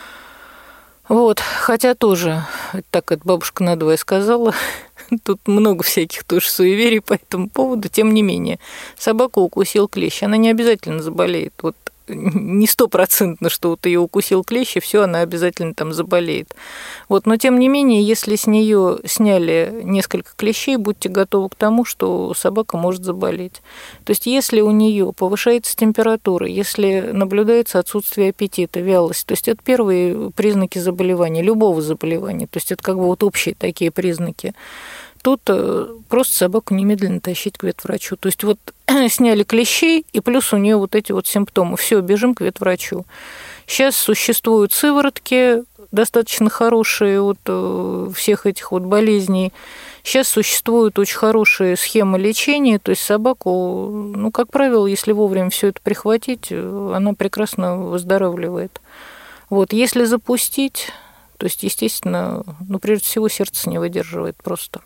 Вот, хотя тоже, так это бабушка надвое сказала, тут много всяких тоже суеверий по этому поводу, тем не менее, собаку укусил клещ, она не обязательно заболеет, вот не 100%, что вот ее укусил клещ, и все, она обязательно там заболеет. Вот, но тем не менее, если с нее сняли несколько клещей, будьте готовы к тому, что собака может заболеть. То есть, если у нее повышается температура, если наблюдается отсутствие аппетита, вялость, то есть это первые признаки заболевания, любого заболевания, то есть это как бы вот общие такие признаки. Тут просто собаку немедленно тащить к ветврачу. То есть вот сняли клещей, и плюс у нее вот эти вот симптомы. Все, бежим к ветврачу. Сейчас существуют сыворотки достаточно хорошие от всех этих вот болезней. Сейчас существуют очень хорошие схемы лечения. То есть собаку, как правило, если вовремя все это прихватить, она прекрасно выздоравливает. Вот, если запустить, то есть, естественно, прежде всего сердце не выдерживает просто.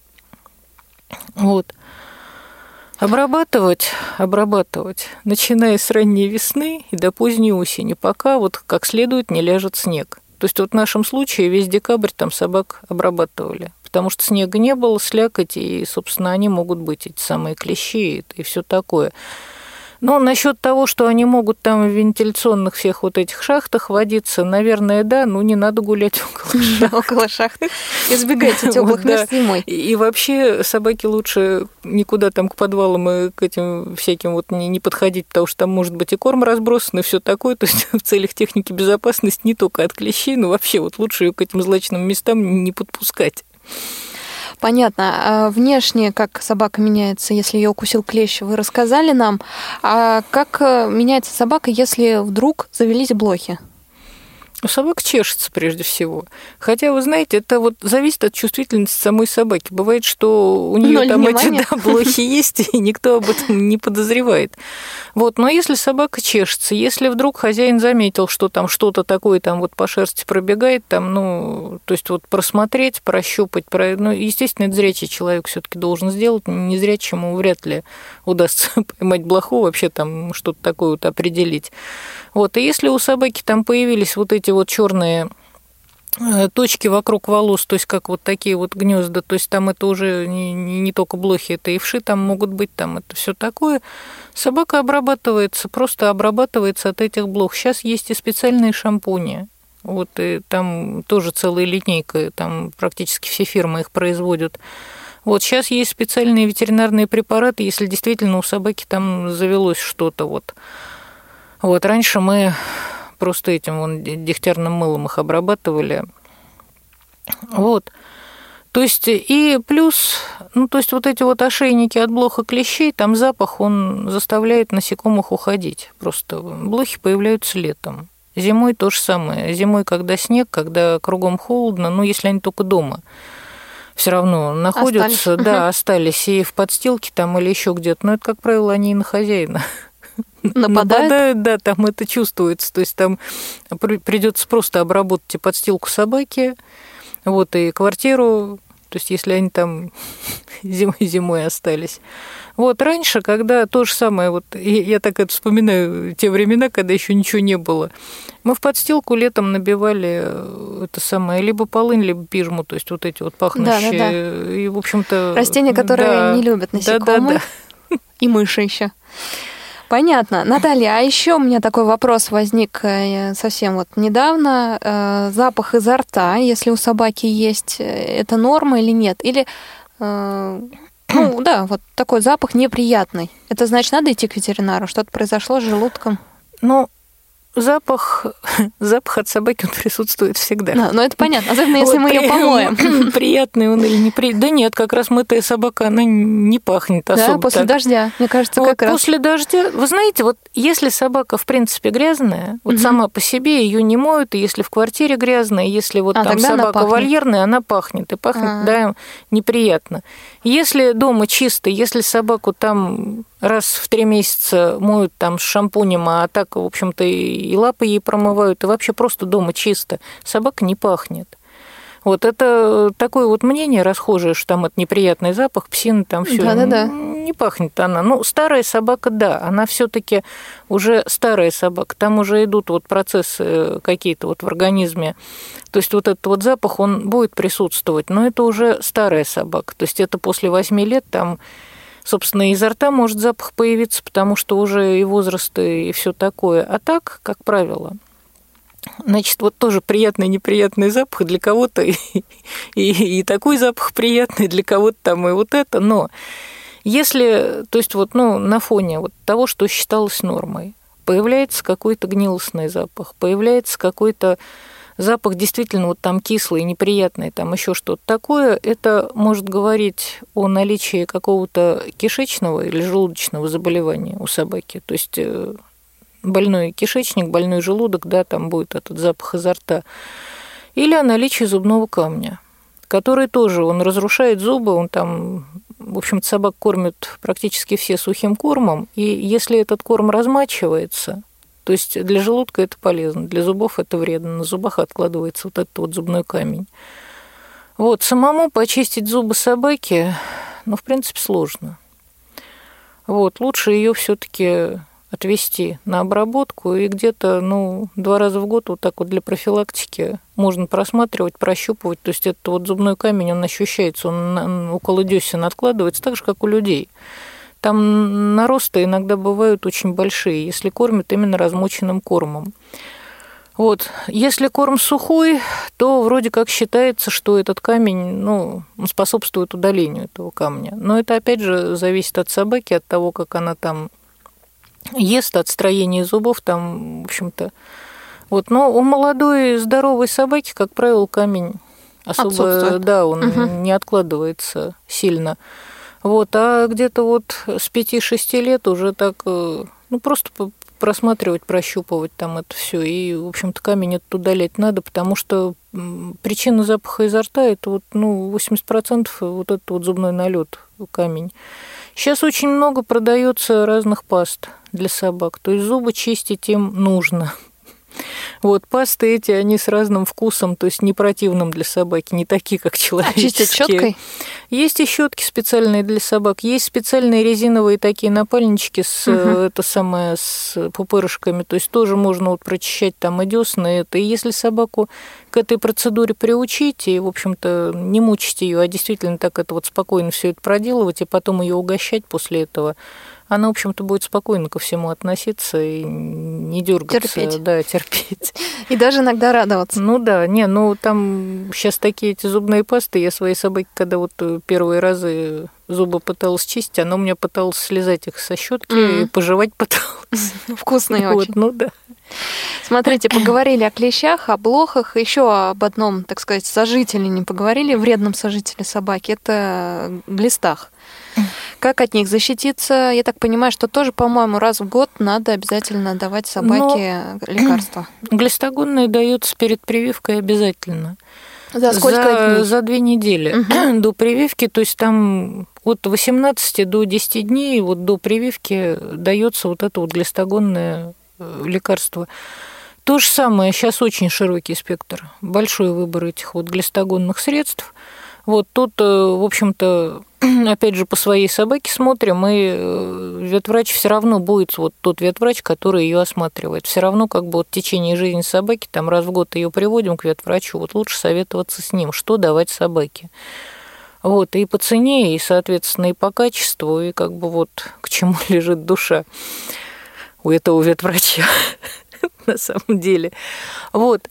Вот. Обрабатывать, начиная с ранней весны и до поздней осени, пока вот как следует не ляжет снег. То есть вот в нашем случае весь декабрь там собак обрабатывали, потому что снега не было, слякоть, и, собственно, они могут быть, эти самые клещи и все такое. Но насчет того, что они могут там в вентиляционных всех вот этих шахтах водиться, наверное, да, не надо гулять около шахт. Избегайте теплых мест зимой. И вообще собаке лучше никуда там к подвалам и к этим всяким вот не подходить, потому что там может быть и корм разбросан, и все такое. То есть в целях техники безопасности не только от клещей, но вообще вот лучше ее к этим злачным местам не подпускать. Понятно. А внешне, как собака меняется, если ее укусил клещ, вы рассказали нам. А как меняется собака, если вдруг завелись блохи? Собака чешется прежде всего. Хотя, вы знаете, это вот зависит от чувствительности самой собаки. Бывает, что у нее там эти блохи есть, и никто об этом не подозревает. Вот. Но если собака чешется, если вдруг хозяин заметил, что там что-то такое там вот по шерсти пробегает, там, ну, то есть вот просмотреть, прощупать, ну, естественно, это зрячий человек все-таки должен сделать, незрячему вряд ли удастся поймать блоху, вообще там что-то такое вот определить. Вот. И если у собаки там появились вот эти вот черные точки вокруг волос, то есть как вот такие вот гнезда, то есть там это уже не только блохи, это и вши там могут быть, там это все такое. Собака обрабатывается, просто обрабатывается от этих блох. Сейчас есть и специальные шампуни. Вот, и там тоже целая линейка, там практически все фирмы их производят. Вот сейчас есть специальные ветеринарные препараты, если действительно у собаки там завелось что-то вот. Вот, раньше мы просто этим вон дегтярным мылом их обрабатывали. Вот. То есть, и плюс, ну, то есть вот эти вот ошейники от блох и клещей, там запах, он заставляет насекомых уходить. Просто блохи появляются летом. Зимой то же самое. Зимой, когда снег, когда кругом холодно, ну, если они только дома все равно находятся, да, остались и в подстилке там или еще где-то, но это, как правило, они и на хозяина нападают, да, там это чувствуется. То есть там придется просто обработать и подстилку собаки, вот, и квартиру, то есть если они там зимой остались. Вот раньше, когда то же самое, вот я так это вспоминаю те времена, когда еще ничего не было, мы в подстилку летом набивали это самое либо полынь, либо пижму, то есть вот эти вот пахнущие, да. И в общем-то растения, которые не любят насекомых, и мыши еще. Понятно. Наталья, а еще у меня такой вопрос возник совсем вот недавно. Запах изо рта, если у собаки есть, это норма или нет? Или, ну да, вот такой запах неприятный. Это значит, надо идти к ветеринару? Что-то произошло с желудком? Ну, запах от собаки, он присутствует всегда. Да, но это понятно, особенно если мы ее помоем. Приятный он или неприятный. Да нет, как раз мытая собака, она не пахнет особо. Да, после дождя, мне кажется, вот как раз. После дождя, вы знаете, вот если собака, в принципе, грязная, вот сама по себе ее не моют, и если в квартире грязная, если вот там собака вольерная, она пахнет, и пахнет, да, неприятно. Если дома чисто, если собаку там раз в 3 месяца моют там с шампунем, а так, в общем-то, и лапы ей промывают, и вообще просто дома чисто, собака не пахнет. Вот это такое вот мнение расхожее, что там это неприятный запах, псина там все не пахнет она. Ну, старая собака, да, она все-таки уже старая собака, там уже идут вот процессы какие-то вот в организме. То есть вот этот вот запах, он будет присутствовать, но это уже старая собака. То есть это после 8 лет там, собственно, изо рта может запах появиться, потому что уже и возраст, и все такое. А так, как правило, значит, вот тоже приятный, неприятный запах для кого-то, и такой запах приятный для кого-то там, и вот это. Но если, то есть вот, ну, на фоне вот того, что считалось нормой, появляется какой-то гнилостный запах, появляется какой-то запах действительно вот там кислый, неприятный, там еще что-то такое, это может говорить о наличии какого-то кишечного или желудочного заболевания у собаки. То есть больной кишечник, больной желудок, да, там будет этот запах изо рта. Или о наличии зубного камня, который тоже, он разрушает зубы, он там, в общем-то, собак кормят практически все сухим кормом, и если этот корм размачивается, то есть для желудка это полезно, для зубов это вредно, на зубах откладывается вот этот вот зубной камень. Вот, самому почистить зубы собаки, ну, в принципе, сложно. Вот, лучше ее все-таки отвезти на обработку, и где-то, ну, 2 раза в год вот так вот для профилактики можно просматривать, прощупывать. То есть этот вот зубной камень, он ощущается, он около десен откладывается, так же, как у людей. Там наросты иногда бывают очень большие, если кормят именно размоченным кормом. Вот. Если корм сухой, то вроде как считается, что этот камень, ну, способствует удалению этого камня. Но это, опять же, зависит от собаки, от того, как она там ест, от строения зубов, там, в общем-то. Вот. Но у молодой здоровой собаки, как правило, камень особо, да, он не откладывается сильно. Вот. А где-то вот с 5-6 лет уже так, ну, просто просматривать, прощупывать там это все. И, в общем-то, камень этот удалять надо, потому что причина запаха изо рта – это вот, 80% вот этот вот зубной налет, камень. Сейчас очень много продается разных паст для собак, то есть зубы чистить им нужно. Вот, пасты эти, они с разным вкусом, то есть не противным для собаки, не такие, как человеческие. Чистят щеткой? Есть и щетки специальные для собак, есть специальные резиновые такие напальнички с пупырышками, то есть тоже можно вот прочищать там и десны, это. И если собаку к этой процедуре приучить и, в общем-то, не мучить ее, а действительно так это вот спокойно все это проделывать и потом ее угощать после этого, она, в общем-то, будет спокойно ко всему относиться и не дергаться. Терпеть. Да, терпеть. И даже иногда радоваться. Там сейчас такие эти зубные пасты. Я своей собаке, когда вот первые разы зубы пыталась чистить, она у меня пыталась слезать их со щетки и пожевать пыталась. Вкусные очень. Да. Смотрите, поговорили о клещах, о блохах, еще об одном, так сказать, сожителе не поговорили, вредном сожителе собаки, это глистах. Как от них защититься? Я так понимаю, что тоже, по-моему, раз в год надо обязательно давать собаке лекарства. Глистогонные даются перед прививкой обязательно. За сколько дней? За 2 недели до прививки, то есть там от 18 до 10 дней вот до прививки дается вот это вот глистогонное лекарство. То же самое, сейчас очень широкий спектр, большой выбор этих вот глистогонных средств. Вот тут, в общем-то, опять же, по своей собаке смотрим, и ветврач все равно будет вот тот ветврач, который ее осматривает. Все равно как бы вот в течение жизни собаки, там раз в год ее приводим к ветврачу, вот лучше советоваться с ним, что давать собаке. Вот, и по цене, и, соответственно, и по качеству, и как бы вот к чему лежит душа у этого ветврача на самом деле. Вот.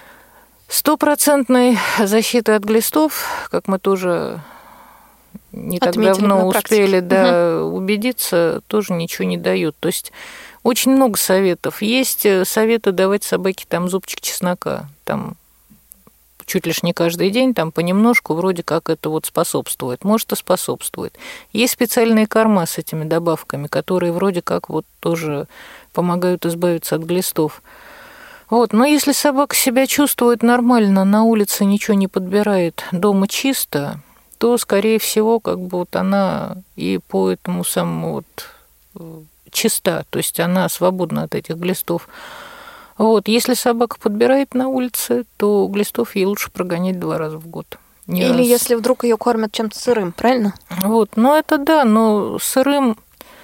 100% защиты от глистов, как мы тоже не так давно успели убедиться, тоже ничего не дают. То есть очень много советов. Есть советы давать собаке там зубчик чеснока, там чуть лишь не каждый день, там понемножку, вроде как это вот способствует. Может, и способствует. Есть специальные корма с этими добавками, которые вроде как вот тоже помогают избавиться от глистов. Вот, но если собака себя чувствует нормально, на улице ничего не подбирает, дома чисто, то, скорее всего, как бы вот она и по этому самому вот чиста, то есть она свободна от этих глистов. Вот, если собака подбирает на улице, то глистов ей лучше прогонять 2 раза в год. Или если вдруг ее кормят чем-то сырым, правильно? Вот, это да, но сырым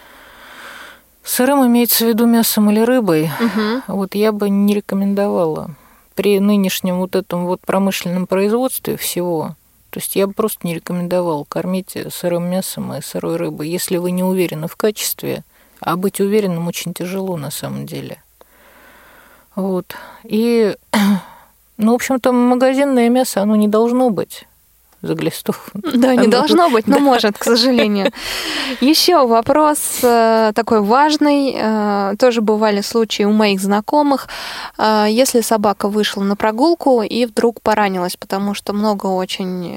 имеется в виду мясом или рыбой. Вот я бы не рекомендовала при нынешнем вот этом вот промышленном производстве всего. То есть я бы просто не рекомендовала кормить сырым мясом и сырой рыбой, если вы не уверены в качестве, а быть уверенным очень тяжело на самом деле. Вот. И, в общем-то, магазинное мясо, оно не должно быть за глистов. Да, не должно быть, но может, к сожалению. Еще вопрос такой важный. Тоже бывали случаи у моих знакомых. Если собака вышла на прогулку и вдруг поранилась, потому что много очень,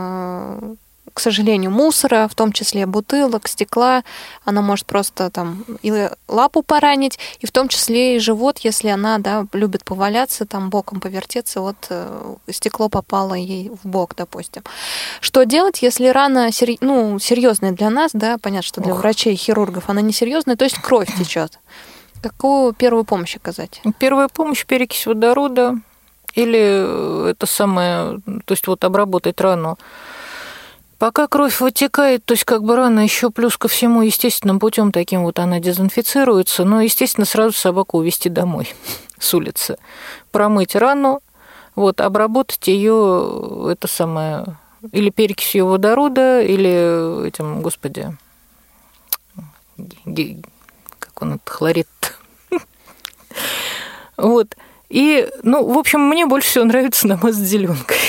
к сожалению, мусора, в том числе бутылок, стекла, она может просто там и лапу поранить, и в том числе и живот, если она, любит поваляться, там боком повертеться, вот стекло попало ей в бок, допустим. Что делать, если рана серьезная для нас, понятно, что для врачей и хирургов она не серьезная, то есть кровь течет. Какую первую помощь оказать? Первая помощь — перекись водорода или это самое, то есть вот обработать рану. Пока кровь вытекает, то есть как бы рана еще плюс ко всему естественным путем таким вот она дезинфицируется, но, естественно, сразу собаку увезти домой с улицы, промыть рану, вот, обработать ее, это самое, или перекисью водорода, или этим, господи, как он, это, хлорид. Вот. И, в общем, мне больше всего нравится намазать зеленкой.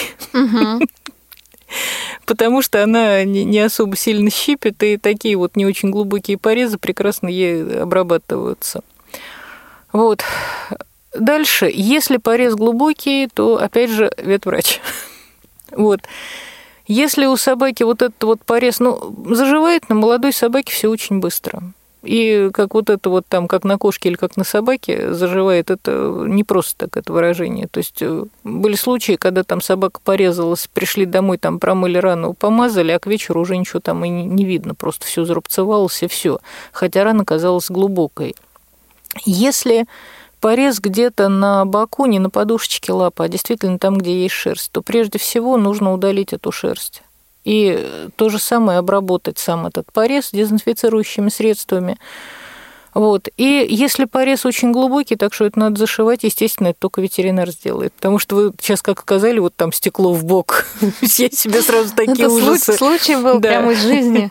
Потому что она не особо сильно щипет, и такие вот не очень глубокие порезы прекрасно ей обрабатываются. Вот. Дальше, если порез глубокий, то, опять же, ветврач. Вот. Если у собаки вот этот вот порез, заживает на молодой собаке все очень быстро. И как вот это вот там, как на кошке или как на собаке заживает, это не просто так, это выражение. То есть были случаи, когда там собака порезалась, пришли домой, там промыли рану, помазали, а к вечеру уже ничего там и не видно, просто все зарубцевалось и все. Хотя рана казалась глубокой. Если порез где-то на боку, не на подушечке лапы, а действительно там, где есть шерсть, то прежде всего нужно удалить эту шерсть. И то же самое обработать сам этот порез дезинфицирующими средствами. Вот. И если порез очень глубокий, так что это надо зашивать, естественно, это только ветеринар сделает. Потому что вы сейчас, как сказали, вот там стекло в бок. Я себе сразу такие ужасы. Это случай был прямо из жизни.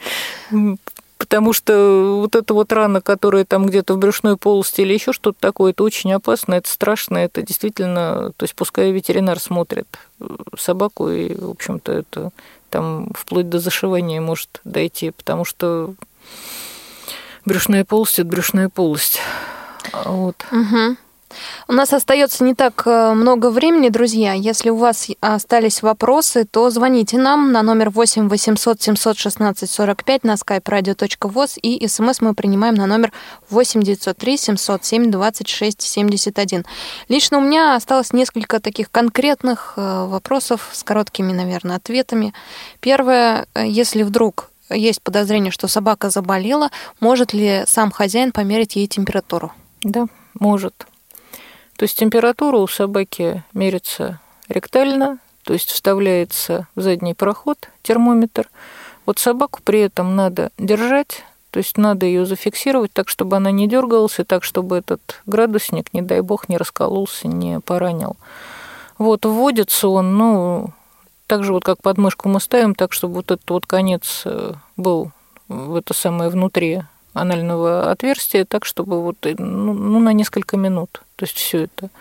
Потому что вот эта вот рана, которая там где-то в брюшной полости или еще что-то такое, это очень опасно, это страшно, это действительно, то есть пускай ветеринар смотрит собаку, и, в общем-то, это там вплоть до зашивания может дойти, потому что брюшная полость – это брюшная полость. Вот. Угу. У нас остается не так много времени, друзья. Если у вас остались вопросы, то звоните нам на номер 8 800 716 45 на skype radio.voz, и смс мы принимаем на номер 8 903 707 26 71. Лично у меня осталось несколько таких конкретных вопросов с короткими, наверное, ответами. Первое, если вдруг есть подозрение, что собака заболела, может ли сам хозяин померить ей температуру? Да, может. То есть температура у собаки мерится ректально, то есть вставляется в задний проход термометр. Вот собаку при этом надо держать, то есть надо ее зафиксировать так, чтобы она не дергалась, и так, чтобы этот градусник, не дай бог, не раскололся, не поранил. Вот вводится он, так же вот как подмышку мы ставим, так, чтобы вот этот вот конец был в это самое внутри анального отверстия, так, чтобы вот, на несколько минут. То есть все это.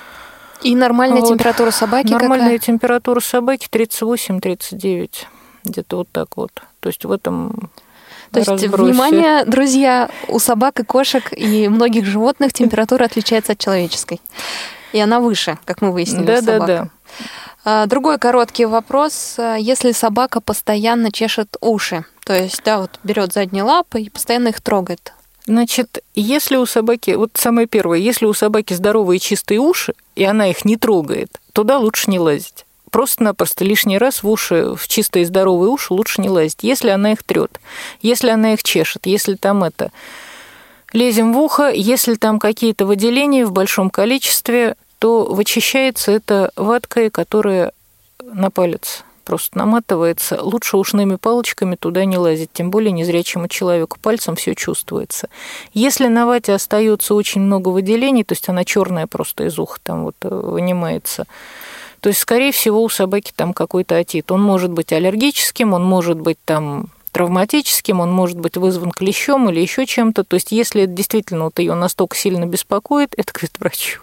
И нормальная температура собаки Нормальная какая? температура собаки 38-39. Где-то вот так вот. То есть в этом разбросе. Внимание, друзья, у собак и кошек и многих животных температура отличается от человеческой. И она выше, как мы выяснили, у собак. Да. Другой короткий вопрос. Если собака постоянно чешет уши, то есть, вот берет задние лапы и постоянно их трогает. Значит, если у собаки, вот самое первое, если у собаки здоровые чистые уши, и она их не трогает, туда лучше не лазить. Просто-напросто лишний раз в чистые здоровые уши лучше не лазить. Если она их трет, если она их чешет, если там лезем в ухо, если там какие-то выделения в большом количестве, то вычищается это ваткой, которая на палец просто наматывается. Лучше ушными палочками туда не лазить, тем более незрячему человеку. Пальцем все чувствуется. Если на вате остается очень много выделений, то есть она черная просто из уха там вот вынимается, то есть, скорее всего, у собаки там какой-то отит. Он может быть аллергическим, он может быть там травматическим, он может быть вызван клещом или еще чем-то. То есть, если это действительно вот ее настолько сильно беспокоит, это к ветврачу.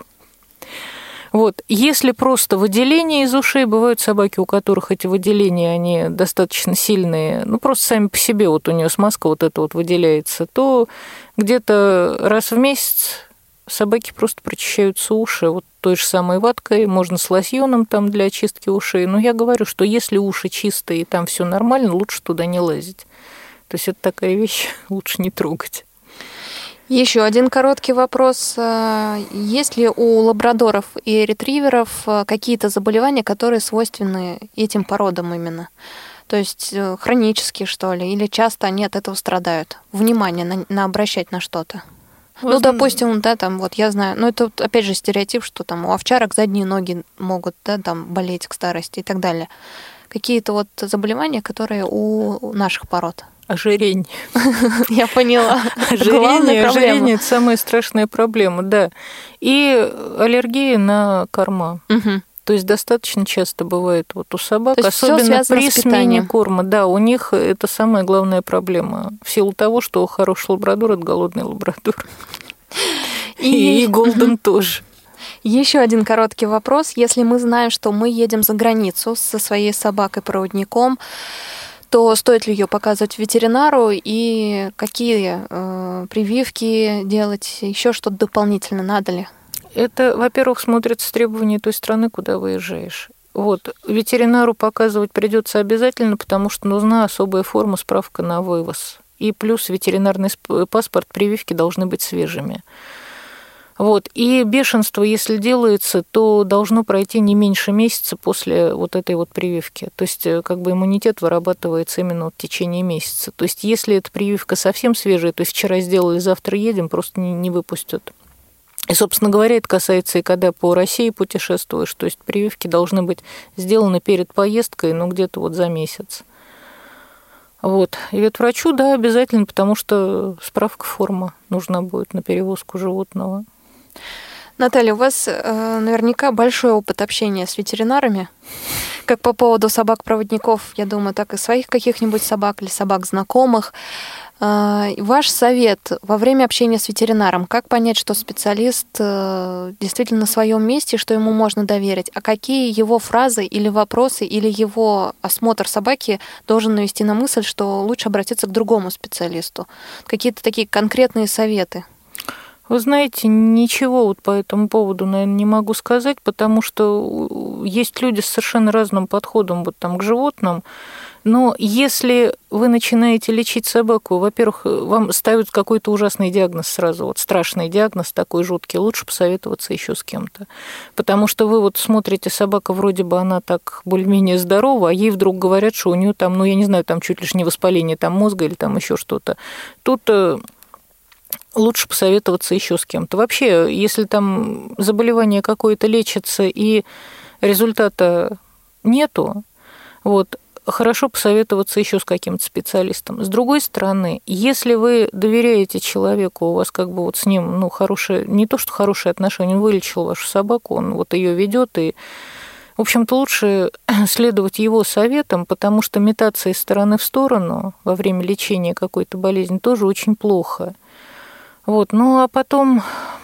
Вот. Если просто выделения из ушей, бывают собаки, у которых эти выделения, они достаточно сильные, просто сами по себе, вот у нее смазка вот эта вот выделяется, то где-то раз в месяц собаки просто прочищаются уши вот той же самой ваткой, можно с лосьоном там для очистки ушей. Но я говорю, что если уши чистые и там все нормально, лучше туда не лазить. То есть это такая вещь, лучше не трогать. Еще один короткий вопрос. Есть ли у лабрадоров и ретриверов какие-то заболевания, которые свойственны этим породам именно? То есть хронические, что ли? Или часто они от этого страдают? Внимание на обращать на что-то. Допустим, там, вот я знаю, это опять же стереотип, что там у овчарок задние ноги могут, там болеть к старости и так далее. Какие-то вот заболевания, которые у наших пород? Ожирение. Я поняла. Ожирение – это самая страшная проблема, да. И аллергия на корма. То есть достаточно часто бывает вот у собак, особенно при смене корма. Да, у них это самая главная проблема. В силу того, что хороший лабрадор – это голодный лабрадор. И голден тоже. Еще один короткий вопрос. Если мы знаем, что мы едем за границу со своей собакой-проводником, то стоит ли ее показывать ветеринару и какие прививки делать, еще что-то дополнительно надо ли? Это, во-первых, смотрится требования той страны, куда выезжаешь. Вот. Ветеринару показывать придется обязательно, потому что нужна особая форма, справка на вывоз. и плюс ветеринарный паспорт, прививки должны быть свежими. Вот. И бешенство, если делается, то должно пройти не меньше месяца после вот этой вот прививки. То есть как бы иммунитет вырабатывается именно вот в течение месяца. То есть если эта прививка совсем свежая, то есть вчера сделали, завтра едем, просто не выпустят. И, собственно говоря, это касается и когда по России путешествуешь. То есть прививки должны быть сделаны перед поездкой, ну, где-то вот за месяц. Вот. И ветврачу, да, обязательно, потому что справка форма нужна будет на перевозку животного. Наталья, у вас наверняка большой опыт общения с ветеринарами, как по поводу собак-проводников, я думаю, так и своих каких-нибудь собак или собак знакомых. Ваш совет во время общения с ветеринаром, как понять, что специалист действительно на своем месте, что ему можно доверить, а какие его фразы или вопросы, или его осмотр собаки должен навести на мысль, что лучше обратиться к другому специалисту? Какие-то такие конкретные советы? Вы знаете, ничего вот по этому поводу, наверное, не могу сказать, потому что есть люди с совершенно разным подходом вот там к животным. Но если вы начинаете лечить собаку, во-первых, вам ставят какой-то ужасный диагноз сразу, вот страшный диагноз такой жуткий, лучше посоветоваться еще с кем-то. Потому что вы вот смотрите, собака вроде бы она так более-менее здорова, а ей вдруг говорят, что у нее там, ну я не знаю, там чуть ли не воспаление там мозга или там еще что-то. Тут лучше посоветоваться еще с кем-то. Вообще, если там заболевание какое-то лечится и результата нету, вот, хорошо посоветоваться еще с каким-то специалистом. С другой стороны, если вы доверяете человеку, у вас как бы вот с ним, ну, хорошее, не то что хорошие отношения, он вылечил вашу собаку, он вот ее ведет, и, в общем-то, лучше следовать его советам, потому что метаться из стороны в сторону во время лечения какой-то болезни тоже очень плохо. Вот, ну а потом,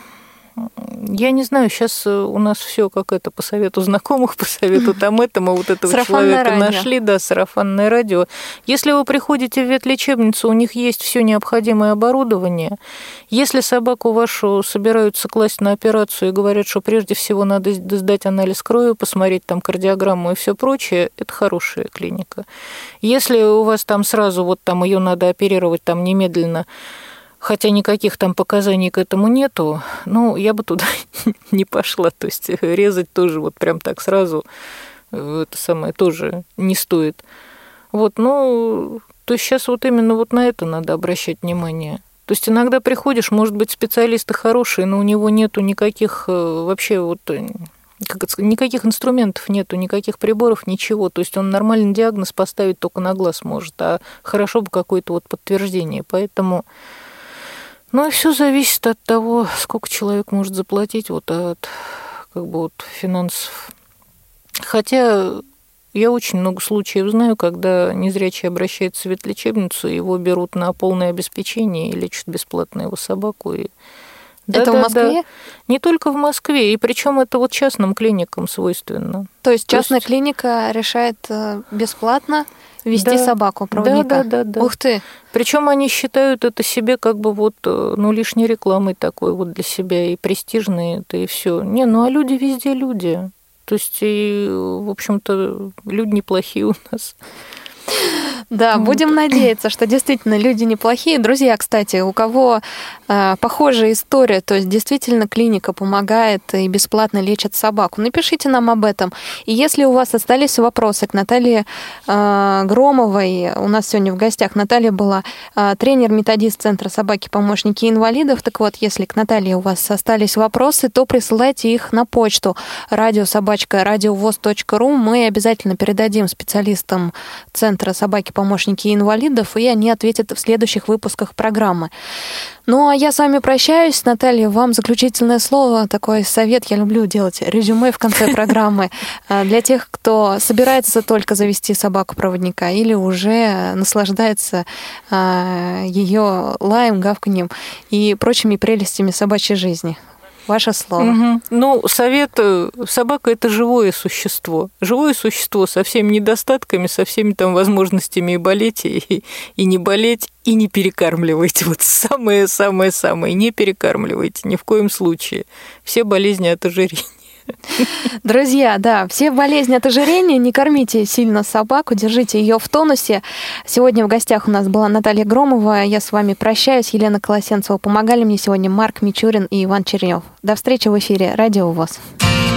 я не знаю, сейчас у нас все как это, по совету знакомых, по совету там этому, вот этого человека нашли, да, сарафанное радио. Если вы приходите в ветлечебницу, у них есть все необходимое оборудование. Если собаку вашу собираются класть на операцию и говорят, что прежде всего надо сдать анализ крови, посмотреть там кардиограмму и все прочее, это хорошая клиника. Если у вас там сразу вот там ее надо оперировать там немедленно, хотя никаких там показаний к этому нету, ну, я бы туда не пошла. То есть резать тоже вот прям так сразу, это самое тоже не стоит. Вот, ну, то есть сейчас вот именно вот на это надо обращать внимание. То есть иногда приходишь, может быть, специалисты хорошие, но у него нету никаких вообще вот... никаких инструментов нету, никаких приборов, ничего. То есть он нормальный диагноз поставить только на глаз может, а хорошо бы какое-то вот подтверждение. Поэтому... Ну и все зависит от того, сколько человек может заплатить вот от как бы вот финансов. Хотя я очень много случаев знаю, когда незрячий обращается в ветлечебницу, его берут на полное обеспечение и лечат бесплатно его собаку. И... Это в Москве? Да. Не только в Москве, и причем это вот частным клиникам свойственно. То есть частная клиника решает бесплатно вести собаку, проводника? Да. Ух ты! Причем они считают это себе как бы вот, ну, лишней рекламой такой вот для себя, и престижной это, и все. Не, ну а люди везде люди. То есть, и, в общем-то, люди неплохие у нас. Да, будем надеяться, что действительно люди неплохие. Друзья, кстати, у кого похожая история, то есть действительно клиника помогает и бесплатно лечит собаку, напишите нам об этом. И если у вас остались вопросы к Наталье Громовой, у нас сегодня в гостях Наталья была тренер-методист Центра собаки-помощники инвалидов. Так вот, если к Наталье у вас остались вопросы, то присылайте их на почту radio@radiovoz.ru. Мы обязательно передадим специалистам Центра собаки-помощники инвалидов, и они ответят в следующих выпусках программы. Ну, а я с вами прощаюсь. Наталья, вам заключительное слово, такой совет. Я люблю делать резюме в конце программы для тех, кто собирается только завести собаку-проводника или уже наслаждается ее лаем, гавканьем и прочими прелестями собачьей жизни. Ваше слово. Угу. Ну, совет. Собака – это живое существо. Живое существо со всеми недостатками, со всеми там возможностями и болеть, и не болеть, и не перекармливайте. Вот самое-самое-самое. Не перекармливайте ни в коем случае. Все болезни от ожирения. Друзья, да, все болезни от ожирения, не кормите сильно собаку, держите ее в тонусе. Сегодня в гостях у нас была Наталья Громова, я с вами прощаюсь, Елена Колосенцева. Помогали мне сегодня Марк Мичурин и Иван Чернев. До встречи в эфире Радио ВОС.